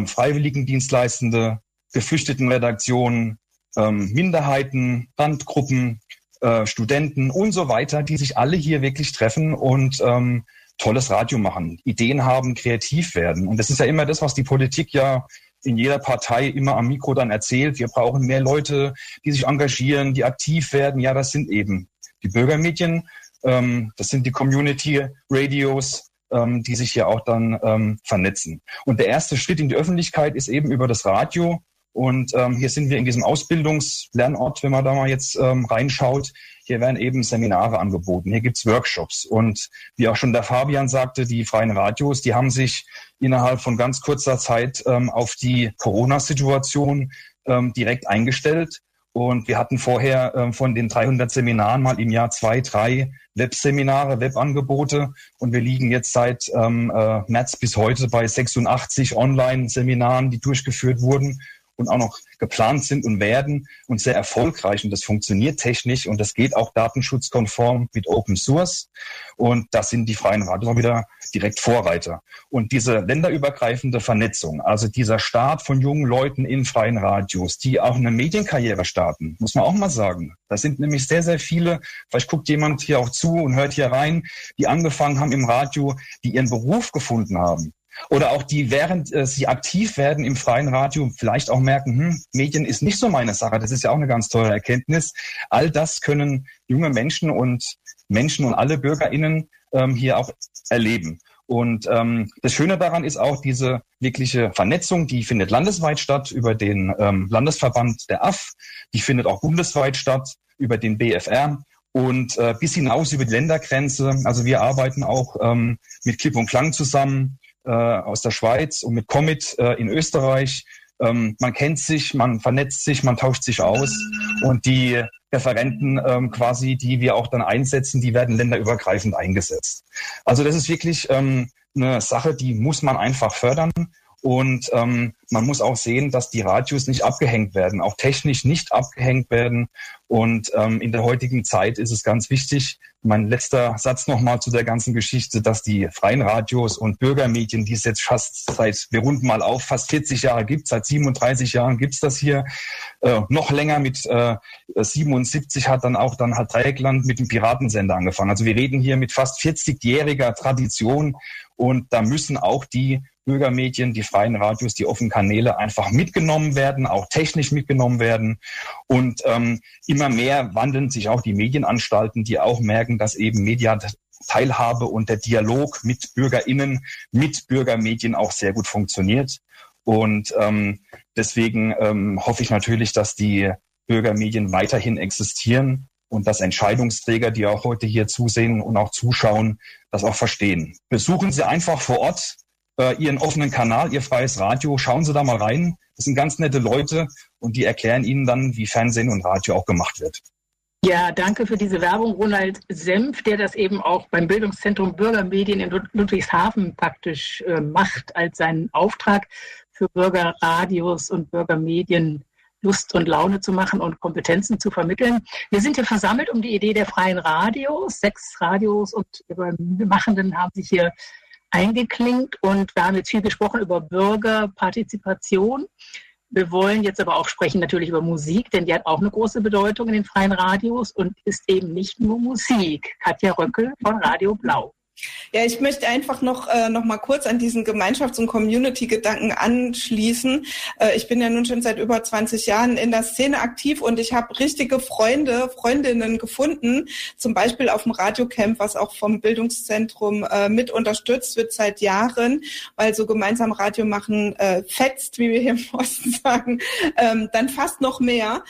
Freiwilligendienstleistende, Geflüchtetenredaktionen, Minderheiten, Randgruppen, Studenten und so weiter, die sich alle hier wirklich treffen und tolles Radio machen, Ideen haben, kreativ werden. Und das ist ja immer das, was die Politik ja in jeder Partei immer am Mikro dann erzählt. Wir brauchen mehr Leute, die sich engagieren, die aktiv werden. Ja, das sind eben die Bürgermedien, das sind die Community Radios, die sich hier auch dann vernetzen. Und der erste Schritt in die Öffentlichkeit ist eben über das Radio. Und hier sind wir in diesem Ausbildungslernort, wenn man da mal jetzt reinschaut. Hier werden eben Seminare angeboten, hier gibt's Workshops. Und wie auch schon der Fabian sagte, die freien Radios, die haben sich innerhalb von ganz kurzer Zeit auf die Corona-Situation direkt eingestellt. Und wir hatten vorher von den 300 Seminaren mal im Jahr 2, 3 Webseminare, Webangebote. Und wir liegen jetzt seit März bis heute bei 86 Online-Seminaren, die durchgeführt wurden und auch noch geplant sind und werden und sehr erfolgreich. Und das funktioniert technisch und das geht auch datenschutzkonform mit Open Source. Und da sind die freien Radios auch wieder direkt Vorreiter. Und diese länderübergreifende Vernetzung, also dieser Start von jungen Leuten in freien Radios, die auch eine Medienkarriere starten, muss man auch mal sagen. Da sind nämlich sehr, sehr viele, vielleicht guckt jemand hier auch zu und hört hier rein, die angefangen haben im Radio, die ihren Beruf gefunden haben. Oder auch die, während sie aktiv werden im freien Radio, vielleicht auch merken, Medien ist nicht so meine Sache. Das ist ja auch eine ganz tolle Erkenntnis. All das können junge Menschen und alle BürgerInnen hier auch erleben. Und das Schöne daran ist auch diese wirkliche Vernetzung, die findet landesweit statt über den Landesverband der AF. Die findet auch bundesweit statt über den BFR. Und bis hinaus über die Ländergrenze. Also wir arbeiten auch mit Klipp und Klang zusammen aus der Schweiz und mit Commit in Österreich. Man kennt sich, man vernetzt sich, man tauscht sich aus. Und die Referenten quasi, die wir auch dann einsetzen, die werden länderübergreifend eingesetzt. Also das ist wirklich eine Sache, die muss man einfach fördern. Und man muss auch sehen, dass die Radios nicht abgehängt werden, auch technisch nicht abgehängt werden. Und in der heutigen Zeit ist es ganz wichtig, mein letzter Satz nochmal zu der ganzen Geschichte, dass die freien Radios und Bürgermedien, die es jetzt wir runden mal auf, fast 40 Jahre gibt, seit 37 Jahren gibt's das hier, noch länger mit 77 hat dann halt Dreieckland mit dem Piratensender angefangen. Also wir reden hier mit fast 40-jähriger Tradition und da müssen auch die Bürgermedien, die freien Radios, die offenen Kanäle einfach mitgenommen werden, auch technisch mitgenommen werden. Und immer mehr wandeln sich auch die Medienanstalten, die auch merken, dass eben Medienteilhabe und der Dialog mit BürgerInnen, mit Bürgermedien auch sehr gut funktioniert. Und deswegen hoffe ich natürlich, dass die Bürgermedien weiterhin existieren und dass Entscheidungsträger, die auch heute hier zusehen und auch zuschauen, das auch verstehen. Besuchen Sie einfach vor Ort Ihren offenen Kanal, Ihr freies Radio. Schauen Sie da mal rein. Das sind ganz nette Leute und die erklären Ihnen dann, wie Fernsehen und Radio auch gemacht wird. Ja, danke für diese Werbung, Ronald Senft, der das eben auch beim Bildungszentrum Bürgermedien in Ludwigshafen praktisch macht, als seinen Auftrag für Bürgerradios und Bürgermedien Lust und Laune zu machen und Kompetenzen zu vermitteln. Wir sind hier versammelt um die Idee der freien Radios. 6 Radios und Machenden haben sich hier eingeklinkt und wir haben jetzt viel gesprochen über Bürgerpartizipation. Wir wollen jetzt aber auch sprechen natürlich über Musik, denn die hat auch eine große Bedeutung in den freien Radios und ist eben nicht nur Musik. Katja Röckel von Radio Blau. Ja, ich möchte einfach noch mal kurz an diesen Gemeinschafts- und Community-Gedanken anschließen. Ich bin ja nun schon seit über 20 Jahren in der Szene aktiv und ich habe richtige Freundinnen gefunden, zum Beispiel auf dem Radiocamp, was auch vom Bildungszentrum mit unterstützt wird seit Jahren, weil so gemeinsam Radio machen fetzt, wie wir hier im Osten sagen, dann fast noch mehr.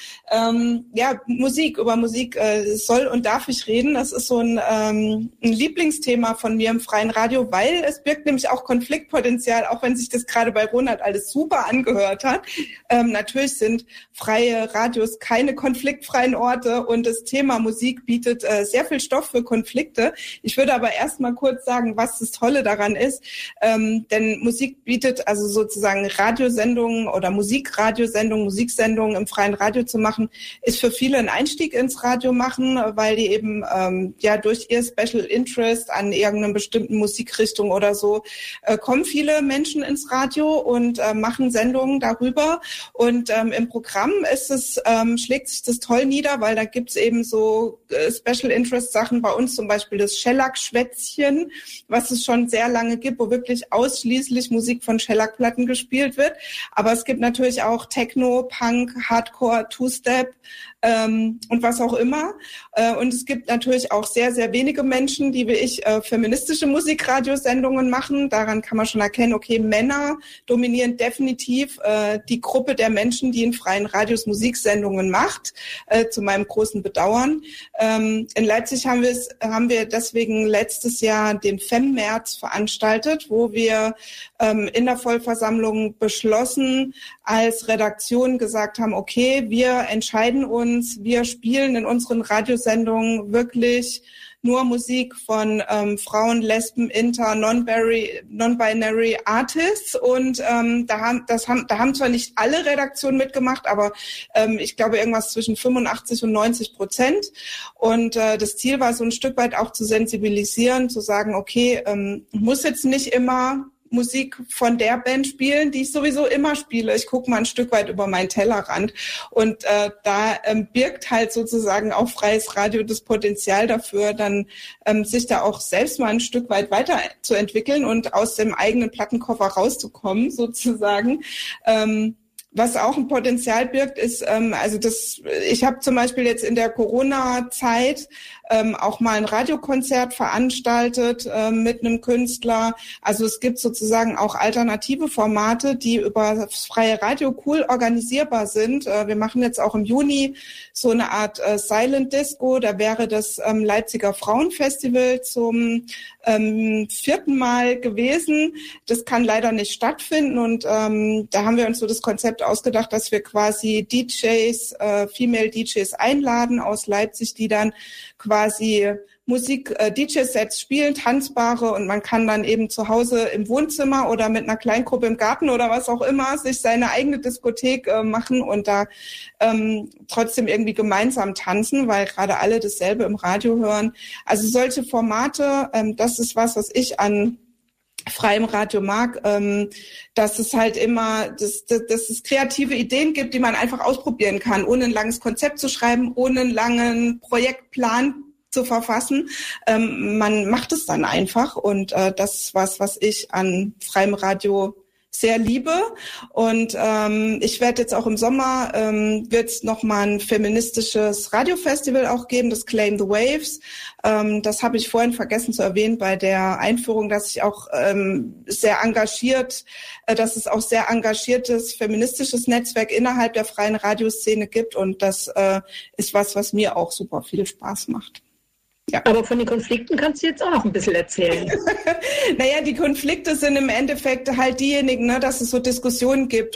Über Musik soll und darf ich reden. Das ist so ein Lieblingsthema von mir im freien Radio, weil es birgt nämlich auch Konfliktpotenzial, auch wenn sich das gerade bei Ronald alles super angehört hat. Natürlich sind freie Radios keine konfliktfreien Orte und das Thema Musik bietet sehr viel Stoff für Konflikte. Ich würde aber erst mal kurz sagen, was das Tolle daran ist, denn Musik bietet also sozusagen Radiosendungen oder Musiksendungen im freien Radio zu machen, ist für viele ein Einstieg ins Radio machen, weil die eben durch ihr Special Interest an irgendeiner bestimmten Musikrichtung oder so, kommen viele Menschen ins Radio und machen Sendungen darüber. Und im Programm schlägt sich das toll nieder, weil da gibt's eben so Special Interest Sachen, bei uns zum Beispiel das Shellac-Schwätzchen, was es schon sehr lange gibt, wo wirklich ausschließlich Musik von Shellac-Platten gespielt wird. Aber es gibt natürlich auch Techno, Punk, Hardcore, Two-Step, und was auch immer. Und es gibt natürlich auch sehr, sehr wenige Menschen, die wie ich feministische Musikradiosendungen machen. Daran kann man schon erkennen, okay, Männer dominieren definitiv die Gruppe der Menschen, die in freien Radios Musiksendungen macht, zu meinem großen Bedauern. In Leipzig haben wir deswegen letztes Jahr den Femmärz veranstaltet, wo wir in der Vollversammlung beschlossen, als Redaktion gesagt haben, okay, wir entscheiden uns, wir spielen in unseren Radiosendungen wirklich nur Musik von Frauen, Lesben, Inter, Non-Binary Artists und da haben zwar nicht alle Redaktionen mitgemacht, aber ich glaube irgendwas zwischen 85% und 90%. Und das Ziel war so ein Stück weit auch zu sensibilisieren, zu sagen, okay, muss jetzt nicht immer Musik von der Band spielen, die ich sowieso immer spiele. Ich gucke mal ein Stück weit über meinen Tellerrand und da birgt halt sozusagen auch freies Radio das Potenzial dafür, dann sich da auch selbst mal ein Stück weit weiterzuentwickeln und aus dem eigenen Plattenkoffer rauszukommen sozusagen. Was auch ein Potenzial birgt, ist, ich habe zum Beispiel jetzt in der Corona-Zeit auch mal ein Radiokonzert veranstaltet mit einem Künstler. Also es gibt sozusagen auch alternative Formate, die über das freie Radio cool organisierbar sind. Wir machen jetzt auch im Juni so eine Art Silent Disco. Da wäre das Leipziger Frauenfestival zum 4. Mal gewesen. Das kann leider nicht stattfinden und da haben wir uns so das Konzept ausgedacht, dass wir quasi DJs, Female DJs einladen aus Leipzig, die dann quasi Musik, DJ-Sets spielen, tanzbare und man kann dann eben zu Hause im Wohnzimmer oder mit einer Kleingruppe im Garten oder was auch immer sich seine eigene Diskothek machen und da trotzdem irgendwie gemeinsam tanzen, weil gerade alle dasselbe im Radio hören. Also solche Formate, das ist was ich an freiem Radio mag, dass es halt immer, dass es kreative Ideen gibt, die man einfach ausprobieren kann, ohne ein langes Konzept zu schreiben, ohne einen langen Projektplan zu verfassen. Man macht es dann einfach und das ist was ich an freiem Radio sehr liebe. Und ich werde jetzt auch im Sommer, wird es nochmal ein feministisches Radiofestival auch geben, das Claim the Waves. Das habe ich vorhin vergessen zu erwähnen bei der Einführung, dass ich auch dass es auch sehr engagiertes feministisches Netzwerk innerhalb der freien Radioszene gibt. Und das ist was mir auch super viel Spaß macht. Ja. Aber von den Konflikten kannst du jetzt auch noch ein bisschen erzählen. Naja, die Konflikte sind im Endeffekt halt diejenigen, ne, dass es so Diskussionen gibt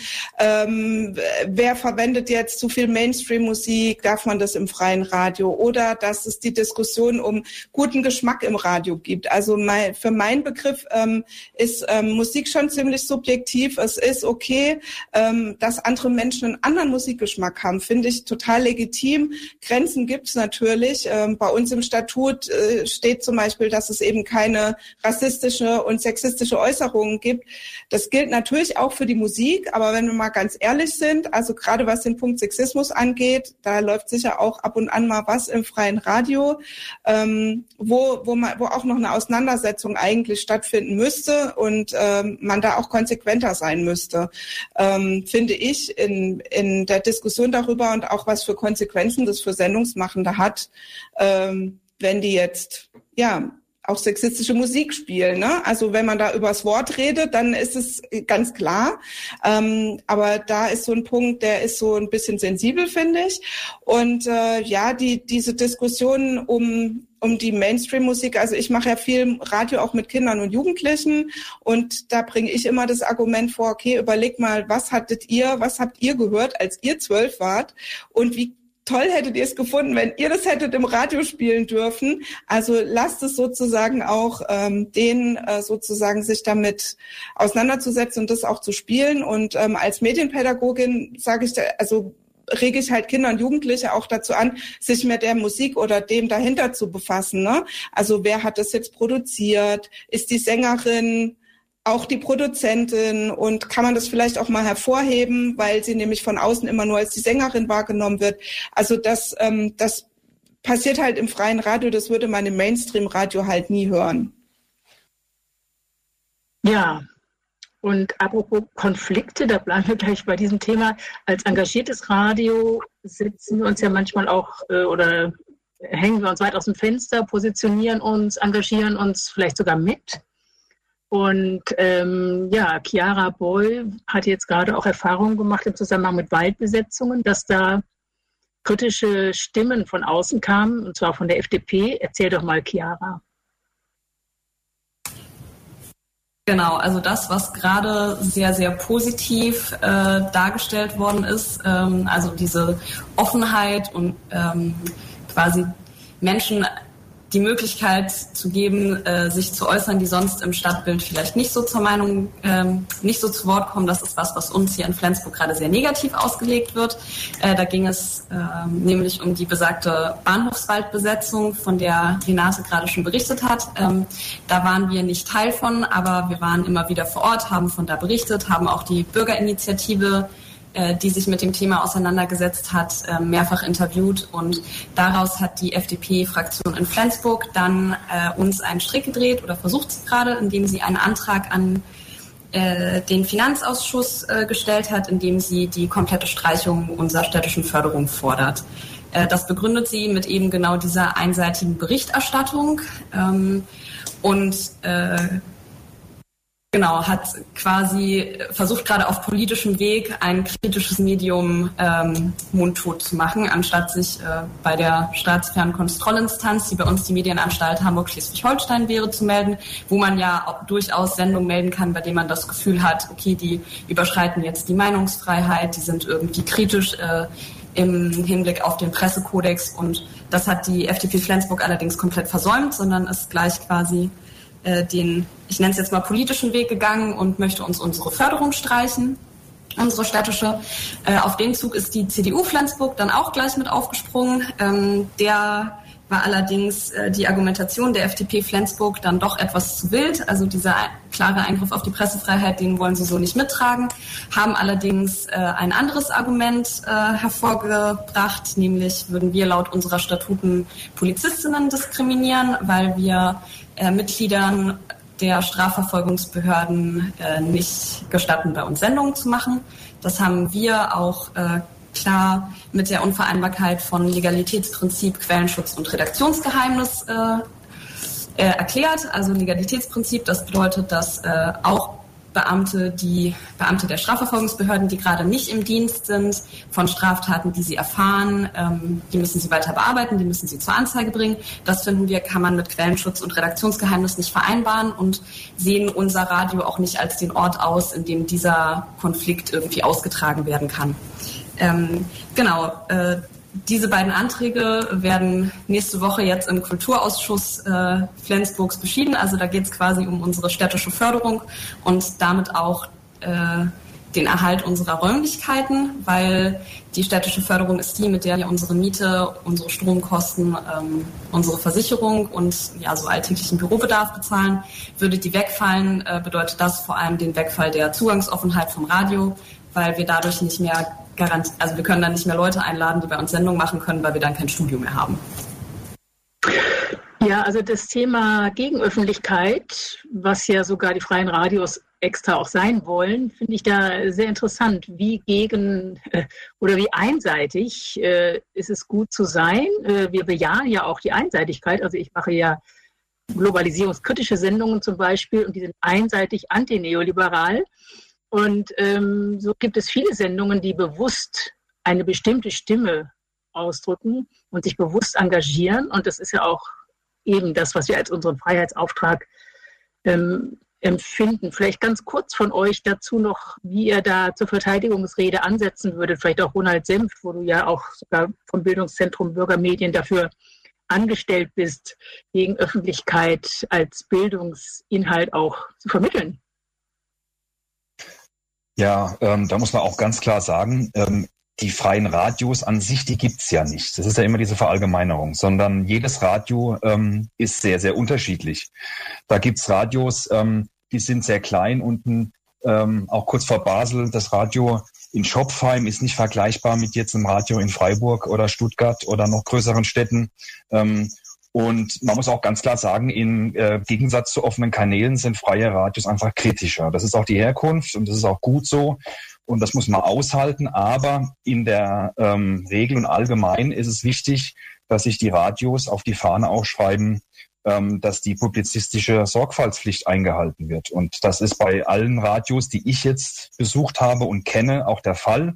wer verwendet jetzt zu viel Mainstream-Musik, darf man das im freien Radio? Oder dass es die Diskussion um guten Geschmack im Radio gibt. Also für meinen Begriff ist Musik schon ziemlich subjektiv. Es ist okay, dass andere Menschen einen anderen Musikgeschmack haben, finde ich total legitim. Grenzen gibt's natürlich. Bei uns im Statut steht zum Beispiel, dass es eben keine rassistische und sexistische Äußerungen gibt. Das gilt natürlich auch für die Musik, aber wenn wir mal ganz ehrlich sind, also gerade was den Punkt Sexismus angeht, da läuft sicher auch ab und an mal was im freien Radio, wo auch noch eine Auseinandersetzung eigentlich stattfinden müsste und man da auch konsequenter sein müsste, finde ich, in der Diskussion darüber und auch was für Konsequenzen das für Sendungsmachende hat, wenn die jetzt, auch sexistische Musik spielen, ne? Also wenn man da übers Wort redet, dann ist es ganz klar. Aber da ist so ein Punkt, der ist so ein bisschen sensibel, finde ich. Und diese Diskussionen um die Mainstream-Musik, also ich mache ja viel Radio auch mit Kindern und Jugendlichen und da bringe ich immer das Argument vor, okay, überleg mal, was habt ihr gehört, als ihr 12 wart und wie toll hättet ihr es gefunden, wenn ihr das hättet im Radio spielen dürfen. Also lasst es sozusagen auch sozusagen sich damit auseinanderzusetzen und das auch zu spielen. Und als Medienpädagogin rege ich halt Kinder und Jugendliche auch dazu an, sich mit der Musik oder dem dahinter zu befassen. Ne? Also wer hat das jetzt produziert? Ist die Sängerin auch die Produzentin und kann man das vielleicht auch mal hervorheben, weil sie nämlich von außen immer nur als die Sängerin wahrgenommen wird. Also das passiert halt im freien Radio, das würde man im Mainstream-Radio halt nie hören. Ja, und apropos Konflikte, da bleiben wir gleich bei diesem Thema. Als engagiertes Radio setzen wir uns ja manchmal auch oder hängen wir uns weit aus dem Fenster, positionieren uns, engagieren uns vielleicht sogar mit. Und Chiara Boy hat jetzt gerade auch Erfahrungen gemacht im Zusammenhang mit Waldbesetzungen, dass da kritische Stimmen von außen kamen, und zwar von der FDP. Erzähl doch mal, Chiara. Genau, also das, was gerade sehr, sehr positiv dargestellt worden ist, also diese Offenheit und quasi Menschen die Möglichkeit zu geben, sich zu äußern, die sonst im Stadtbild vielleicht nicht so zur Meinung, nicht so zu Wort kommen. Das ist was uns hier in Flensburg gerade sehr negativ ausgelegt wird. Da ging es nämlich um die besagte Bahnhofswaldbesetzung, von der Renate gerade schon berichtet hat. Da waren wir nicht Teil von, aber wir waren immer wieder vor Ort, haben von da berichtet, haben auch die Bürgerinitiative, die sich mit dem Thema auseinandergesetzt hat, mehrfach interviewt und daraus hat die FDP-Fraktion in Flensburg dann uns einen Strick gedreht oder versucht es gerade, indem sie einen Antrag an den Finanzausschuss gestellt hat, indem sie die komplette Streichung unserer städtischen Förderung fordert. Das begründet sie mit eben genau dieser einseitigen Berichterstattung hat quasi versucht, gerade auf politischem Weg ein kritisches Medium mundtot zu machen, anstatt sich bei der staatsfernen Kontrollinstanz, die bei uns die Medienanstalt Hamburg-Schleswig-Holstein wäre, zu melden, wo man ja auch durchaus Sendungen melden kann, bei denen man das Gefühl hat, okay, die überschreiten jetzt die Meinungsfreiheit, die sind irgendwie kritisch im Hinblick auf den Pressekodex und das hat die FDP Flensburg allerdings komplett versäumt, sondern ist gleich quasi ich nenne es jetzt mal politischen Weg gegangen und möchte uns unsere Förderung streichen, unsere städtische. Auf den Zug ist die CDU Flensburg dann auch gleich mit aufgesprungen. Der war allerdings die Argumentation der FDP Flensburg dann doch etwas zu wild. Also dieser klare Eingriff auf die Pressefreiheit, den wollen sie so nicht mittragen, haben allerdings ein anderes Argument hervorgebracht, nämlich würden wir laut unserer Statuten Polizistinnen diskriminieren, weil wir Mitgliedern der Strafverfolgungsbehörden nicht gestatten, bei uns Sendungen zu machen. Das haben wir auch klar mit der Unvereinbarkeit von Legalitätsprinzip, Quellenschutz und Redaktionsgeheimnis erklärt. Also Legalitätsprinzip, das bedeutet, dass auch Beamte der Strafverfolgungsbehörden, die gerade nicht im Dienst sind, von Straftaten, die sie erfahren, die müssen sie weiter bearbeiten, die müssen sie zur Anzeige bringen. Das finden wir, kann man mit Quellenschutz und Redaktionsgeheimnis nicht vereinbaren und sehen unser Radio auch nicht als den Ort aus, in dem dieser Konflikt irgendwie ausgetragen werden kann. Diese beiden Anträge werden nächste Woche jetzt im Kulturausschuss Flensburgs beschieden. Also da geht es quasi um unsere städtische Förderung und damit auch den Erhalt unserer Räumlichkeiten, weil die städtische Förderung ist die, mit der wir unsere Miete, unsere Stromkosten, unsere Versicherung und ja so alltäglichen Bürobedarf bezahlen. Würde die wegfallen, bedeutet das vor allem den Wegfall der Zugangsoffenheit vom Radio, weil wir dadurch nicht mehr wir können dann nicht mehr Leute einladen, die bei uns Sendungen machen können, weil wir dann kein Studio mehr haben. Ja, also das Thema Gegenöffentlichkeit, was ja sogar die freien Radios extra auch sein wollen, finde ich da sehr interessant. Wie einseitig ist es gut zu sein? Wir bejahen ja auch die Einseitigkeit. Also ich mache ja globalisierungskritische Sendungen zum Beispiel und die sind einseitig antineoliberal. Und so gibt es viele Sendungen, die bewusst eine bestimmte Stimme ausdrücken und sich bewusst engagieren. Und das ist ja auch eben das, was wir als unseren Freiheitsauftrag empfinden. Vielleicht ganz kurz von euch dazu noch, wie ihr da zur Verteidigungsrede ansetzen würdet. Vielleicht auch Ronald Senft, wo du ja auch sogar vom Bildungszentrum Bürgermedien dafür angestellt bist, gegen Öffentlichkeit als Bildungsinhalt auch zu vermitteln. Ja, da muss man auch ganz klar sagen, die freien Radios an sich, die gibt's ja nicht. Das ist ja immer diese Verallgemeinerung, sondern jedes Radio ist sehr, sehr unterschiedlich. Da gibt's Radios, die sind sehr klein. Unten auch kurz vor Basel, das Radio in Schopfheim ist nicht vergleichbar mit jetzt einem Radio in Freiburg oder Stuttgart oder noch größeren Städten. Und man muss auch ganz klar sagen, im Gegensatz zu offenen Kanälen sind freie Radios einfach kritischer. Das ist auch die Herkunft und das ist auch gut so. Und das muss man aushalten. Aber in der Regel und allgemein ist es wichtig, dass sich die Radios auf die Fahne auch schreiben, dass die publizistische Sorgfaltspflicht eingehalten wird. Und das ist bei allen Radios, die ich jetzt besucht habe und kenne, auch der Fall.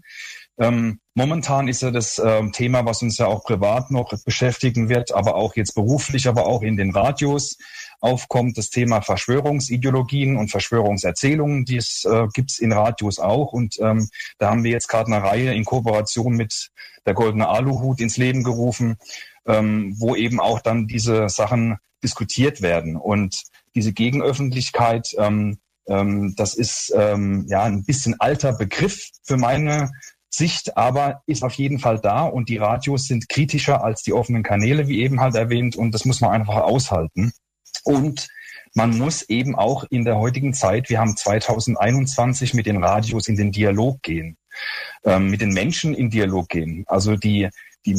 Momentan ist ja das Thema, was uns ja auch privat noch beschäftigen wird, aber auch jetzt beruflich, aber auch in den Radios aufkommt, das Thema Verschwörungsideologien und Verschwörungserzählungen. Dies gibt's in Radios auch. Und da haben wir jetzt gerade eine Reihe in Kooperation mit der Goldene Aluhut ins Leben gerufen, wo eben auch dann diese Sachen diskutiert werden. Und diese Gegenöffentlichkeit, das ist ein bisschen alter Begriff für meine Sicht, aber ist auf jeden Fall da und die Radios sind kritischer als die offenen Kanäle, wie eben halt erwähnt, und das muss man einfach aushalten. Und man muss eben auch in der heutigen Zeit, wir haben 2021, mit den Radios in den Dialog gehen, mit den Menschen in Dialog gehen. Also die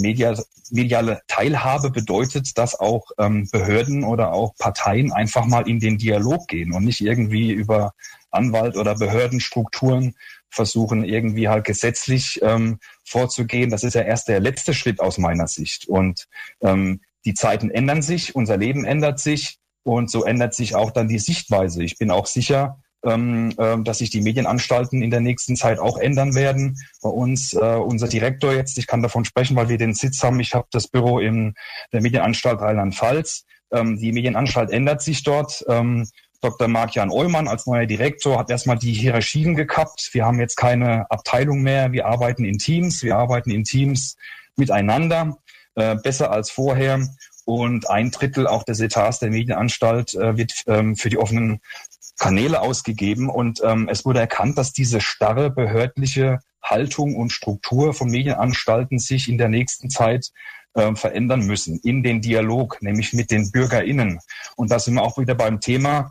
mediale Teilhabe bedeutet, dass auch Behörden oder auch Parteien einfach mal in den Dialog gehen und nicht irgendwie über Anwalt- oder Behördenstrukturen versuchen, irgendwie halt gesetzlich vorzugehen. Das ist ja erst der letzte Schritt aus meiner Sicht. Und die Zeiten ändern sich, unser Leben ändert sich und so ändert sich auch dann die Sichtweise. Ich bin auch sicher, dass sich die Medienanstalten in der nächsten Zeit auch ändern werden. Bei uns, unser Direktor jetzt, ich kann davon sprechen, weil wir den Sitz haben, ich habe das Büro in der Medienanstalt Rheinland-Pfalz. Die Medienanstalt ändert sich dort. Dr. Marc-Jan Eumann als neuer Direktor hat erstmal die Hierarchien gekappt. Wir haben jetzt keine Abteilung mehr. Wir arbeiten in Teams. Wir arbeiten in Teams miteinander, besser als vorher. Und 1/3 auch des Etats der Medienanstalt wird für die offenen Kanäle ausgegeben. Und es wurde erkannt, dass diese starre behördliche Haltung und Struktur von Medienanstalten sich in der nächsten Zeit verändern müssen in den Dialog, nämlich mit den BürgerInnen. Und da sind wir auch wieder beim Thema.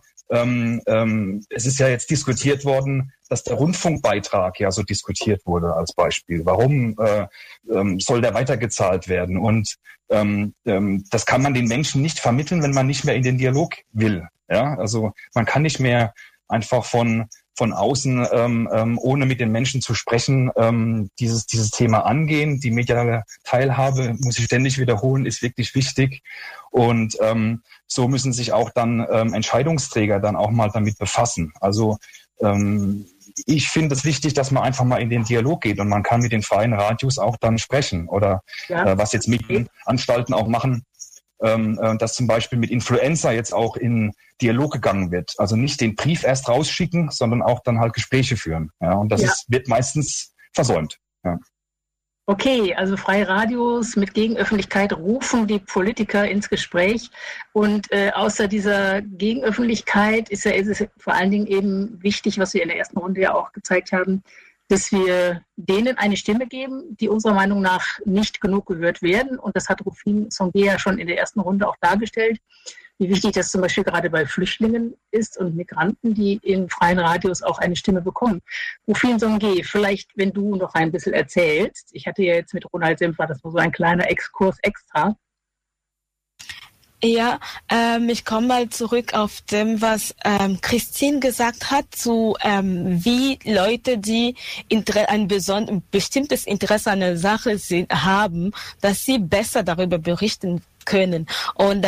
Es ist ja jetzt diskutiert worden, dass der Rundfunkbeitrag ja so diskutiert wurde als Beispiel. Warum soll der weitergezahlt werden? Und das kann man den Menschen nicht vermitteln, wenn man nicht mehr in den Dialog will. Ja, also man kann nicht mehr einfach von außen, ohne mit den Menschen zu sprechen, dieses Thema angehen. Die mediale Teilhabe, muss ich ständig wiederholen, ist wirklich wichtig. Und so müssen sich auch dann Entscheidungsträger dann auch mal damit befassen. Also Ich finde es wichtig, dass man einfach mal in den Dialog geht und man kann mit den freien Radios auch dann sprechen oder was jetzt Medienanstalten auch machen, dass zum Beispiel mit Influencer jetzt auch in Dialog gegangen wird. Also nicht den Brief erst rausschicken, sondern auch dann halt Gespräche führen. Ja, und das wird meistens versäumt. Ja. Okay, also freie Radios mit Gegenöffentlichkeit rufen die Politiker ins Gespräch. Und außer dieser Gegenöffentlichkeit ist es vor allen Dingen eben wichtig, was wir in der ersten Runde ja auch gezeigt haben, dass wir denen eine Stimme geben, die unserer Meinung nach nicht genug gehört werden. Und das hat Rufin Songe ja schon in der ersten Runde auch dargestellt, wie wichtig das zum Beispiel gerade bei Flüchtlingen ist und Migranten, die in freien Radios auch eine Stimme bekommen. Rufin Songe, vielleicht, wenn du noch ein bisschen erzählst. Ich hatte ja jetzt mit Ronald Senf, das war so ein kleiner Exkurs extra. Ja, ich komme mal zurück auf dem, was Christine gesagt hat, zu wie Leute, die ein bestimmtes Interesse an der Sache haben, dass sie besser darüber berichten können. Und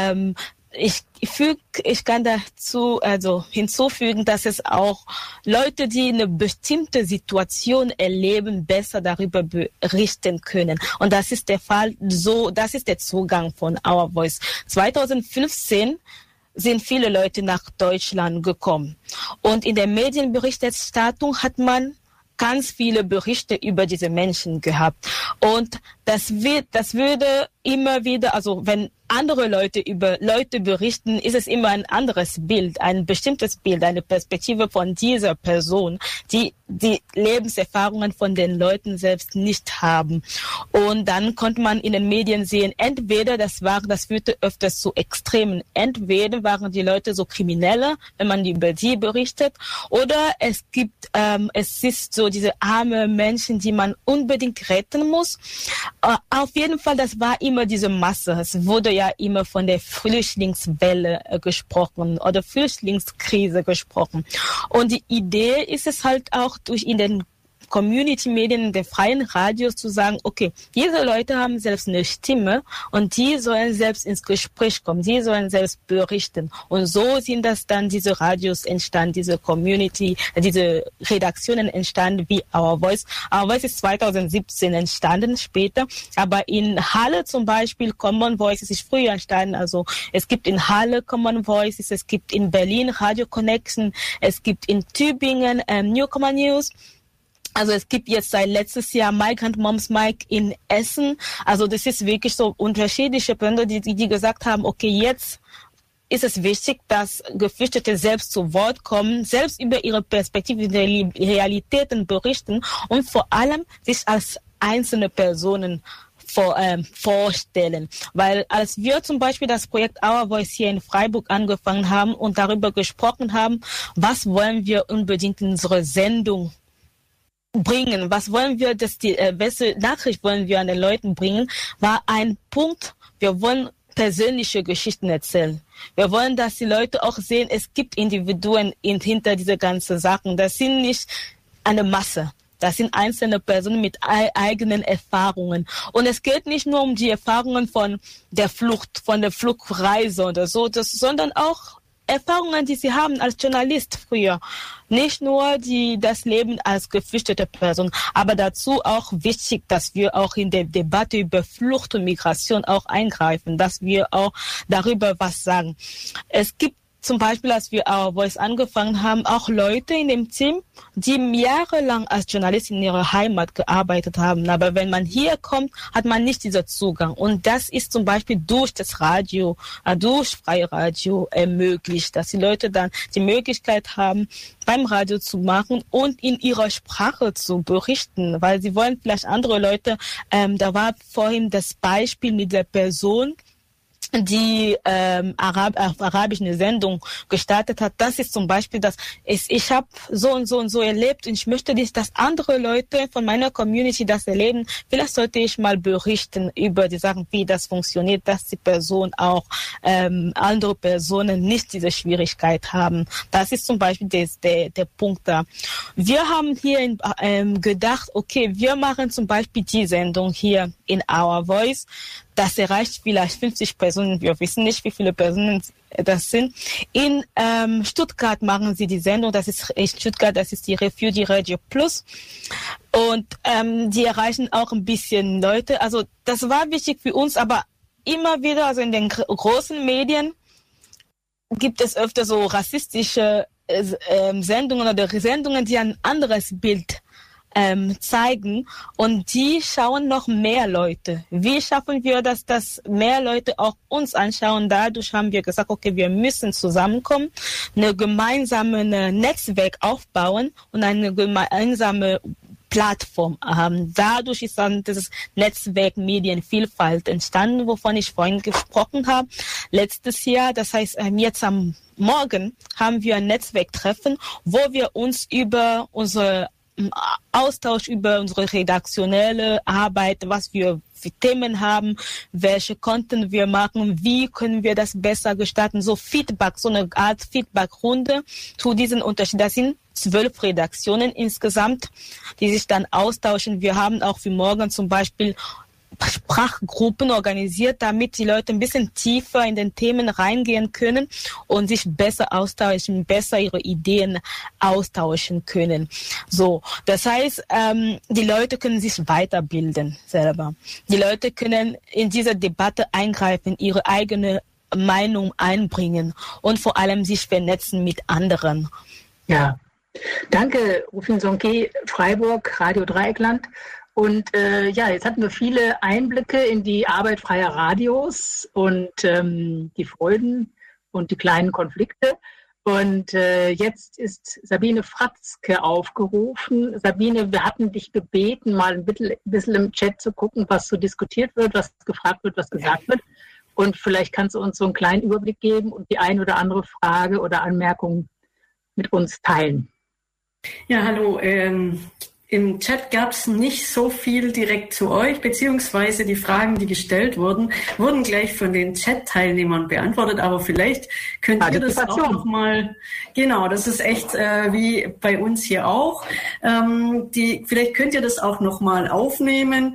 ich kann dazu hinzufügen, dass es auch Leute, die eine bestimmte Situation erleben, besser darüber berichten können. Und das ist der Fall, das ist der Zugang von Our Voice. 2015 sind viele Leute nach Deutschland gekommen. Und in der Medienberichterstattung hat man ganz viele Berichte über diese Menschen gehabt. Und das würde immer wieder, also wenn andere Leute über Leute berichten, ist es immer ein anderes Bild, ein bestimmtes Bild, eine Perspektive von dieser Person, die die Lebenserfahrungen von den Leuten selbst nicht haben. Und dann konnte man in den Medien sehen, entweder das führte öfters zu Extremen, entweder waren die Leute so Kriminelle, wenn man über die berichtet, oder es ist so diese armen Menschen, die man unbedingt retten muss. Auf jeden Fall, das war immer diese Masse. Es wurde ja immer von der Flüchtlingswelle gesprochen oder Flüchtlingskrise gesprochen. Und die Idee ist es halt auch in den Community-Medien, der freien Radios zu sagen, okay, diese Leute haben selbst eine Stimme und die sollen selbst ins Gespräch kommen, die sollen selbst berichten. Und so sind das dann diese Radios entstanden, diese Community, diese Redaktionen entstanden wie Our Voice. Our Voice ist 2017 entstanden, später, aber in Halle zum Beispiel Common Voices ist früher entstanden, also es gibt in Halle Common Voices, es gibt in Berlin Radio Connection, es gibt in Tübingen Newcomer News. Also es gibt jetzt seit letztes Jahr Migrant Moms Mike in Essen. Also das ist wirklich so unterschiedliche Punkte, die gesagt haben, okay, jetzt ist es wichtig, dass Geflüchtete selbst zu Wort kommen, selbst über ihre Perspektive der Realitäten berichten und vor allem sich als einzelne Personen vorstellen. Weil als wir zum Beispiel das Projekt Our Voice hier in Freiburg angefangen haben und darüber gesprochen haben, was wollen wir unbedingt in unsere Sendung bringen, was wollen wir, welche Nachricht wollen wir an den Leuten bringen, war ein Punkt, wir wollen persönliche Geschichten erzählen. Wir wollen, dass die Leute auch sehen, es gibt Individuen hinter diese ganzen Sachen. Das sind nicht eine Masse. Das sind einzelne Personen mit eigenen Erfahrungen. Und es geht nicht nur um die Erfahrungen von der Flucht, von der Flugreise oder so, sondern auch Erfahrungen, die sie haben als Journalist früher. Nicht nur das Leben als geflüchtete Person, aber dazu auch wichtig, dass wir auch in der Debatte über Flucht und Migration auch eingreifen, dass wir auch darüber was sagen. Es gibt zum Beispiel, als wir Our Voice angefangen haben, auch Leute in dem Team, die jahrelang als Journalist in ihrer Heimat gearbeitet haben. Aber wenn man hier kommt, hat man nicht diesen Zugang. Und das ist zum Beispiel durch das Radio, durch Freie Radio ermöglicht, dass die Leute dann die Möglichkeit haben, beim Radio zu machen und in ihrer Sprache zu berichten. Weil sie wollen vielleicht andere Leute, da war vorhin das Beispiel mit der Person, die Arabisch eine Sendung gestartet hat. Das ist zum Beispiel ich habe so und so erlebt und ich möchte nicht, dass andere Leute von meiner Community das erleben. Vielleicht sollte ich mal berichten über die Sachen, wie das funktioniert, dass die Person auch andere Personen nicht diese Schwierigkeit haben. Das ist zum Beispiel der Punkt da. Wir haben hier gedacht, okay, wir machen zum Beispiel die Sendung hier in Our Voice. Das erreicht vielleicht 50 Personen. Wir wissen nicht, wie viele Personen das sind. In Stuttgart machen sie die Sendung. Das ist in Stuttgart, das ist die Refugee Radio Plus. Und die erreichen auch ein bisschen Leute. Also das war wichtig für uns, aber immer wieder, also in den großen Medien, gibt es öfter so rassistische Sendungen oder Sendungen, die ein anderes Bild zeigen, und die schauen noch mehr Leute. Wie schaffen wir das, dass mehr Leute auch uns anschauen? Dadurch haben wir gesagt, okay, wir müssen zusammenkommen, eine gemeinsame Netzwerk aufbauen und eine gemeinsame Plattform haben. Dadurch ist dann dieses Netzwerk Medienvielfalt entstanden, wovon ich vorhin gesprochen habe. Letztes Jahr, das heißt jetzt am Morgen, haben wir ein Netzwerktreffen, wo wir uns über unsere Austausch über unsere redaktionelle Arbeit, was wir für Themen haben, welche Content wir machen, wie können wir das besser gestalten, so Feedback, so eine Art Feedback-Runde zu diesen Unterschieden. Das sind 12 Redaktionen insgesamt, die sich dann austauschen. Wir haben auch für morgen zum Beispiel Sprachgruppen organisiert, damit die Leute ein bisschen tiefer in den Themen reingehen können und sich besser austauschen, besser ihre Ideen austauschen können. So, das heißt, die Leute können sich weiterbilden selber. Die Leute können in diese Debatte eingreifen, ihre eigene Meinung einbringen und vor allem sich vernetzen mit anderen. Ja, danke, Rufin Sonke, Freiburg, Radio Dreieckland. Und jetzt hatten wir viele Einblicke in die Arbeit freier Radios und die Freuden und die kleinen Konflikte. Und jetzt ist Sabine Fratzke aufgerufen. Sabine, wir hatten dich gebeten, mal ein bisschen im Chat zu gucken, was so diskutiert wird, was gefragt wird, was gesagt wird. Und vielleicht kannst du uns so einen kleinen Überblick geben und die ein oder andere Frage oder Anmerkung mit uns teilen. Ja, hallo. Im Chat gab es nicht so viel direkt zu euch, beziehungsweise die Fragen, die gestellt wurden, wurden gleich von den Chat-Teilnehmern beantwortet, aber vielleicht könnt ihr das auch nochmal, genau, das ist echt wie bei uns hier auch, vielleicht könnt ihr das auch nochmal aufnehmen.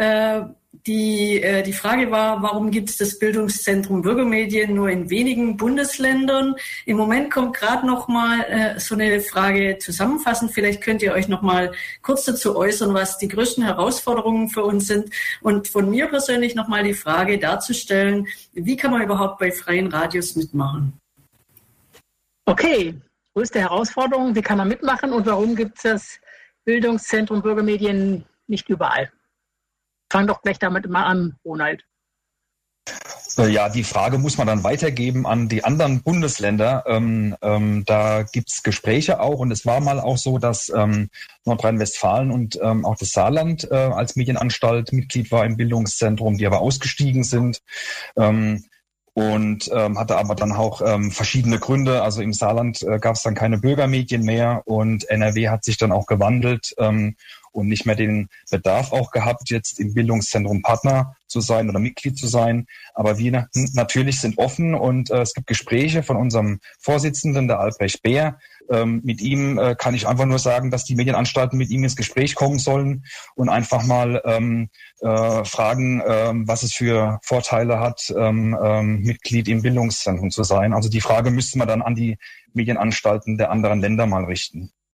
Die Frage war, warum gibt es das Bildungszentrum Bürgermedien nur in wenigen Bundesländern? Im Moment kommt gerade noch mal so eine Frage zusammenfassend. Vielleicht könnt ihr euch noch mal kurz dazu äußern, was die größten Herausforderungen für uns sind. Und von mir persönlich noch mal die Frage darzustellen, wie kann man überhaupt bei freien Radios mitmachen? Okay, größte Herausforderung, wie kann man mitmachen und warum gibt es das Bildungszentrum Bürgermedien nicht überall? Fang doch gleich damit mal an, Ronald. Ja, die Frage muss man dann weitergeben an die anderen Bundesländer. Da gibt's Gespräche auch, und es war mal auch so, dass Nordrhein-Westfalen und auch das Saarland als Medienanstalt Mitglied war im Bildungszentrum, die aber ausgestiegen sind. Und hatte aber dann auch verschiedene Gründe. Also im Saarland gab es dann keine Bürgermedien mehr, und NRW hat sich dann auch gewandelt und nicht mehr den Bedarf auch gehabt, jetzt im Bildungszentrum Partner zu sein oder Mitglied zu sein. Aber wir natürlich sind offen, und es gibt Gespräche von unserem Vorsitzenden, der Albrecht Beer. Mit ihm kann ich einfach nur sagen, dass die Medienanstalten mit ihm ins Gespräch kommen sollen und einfach mal fragen, was es für Vorteile hat, Mitglied im Bildungszentrum zu sein. Also die Frage müsste man dann an die Medienanstalten der anderen Länder mal richten.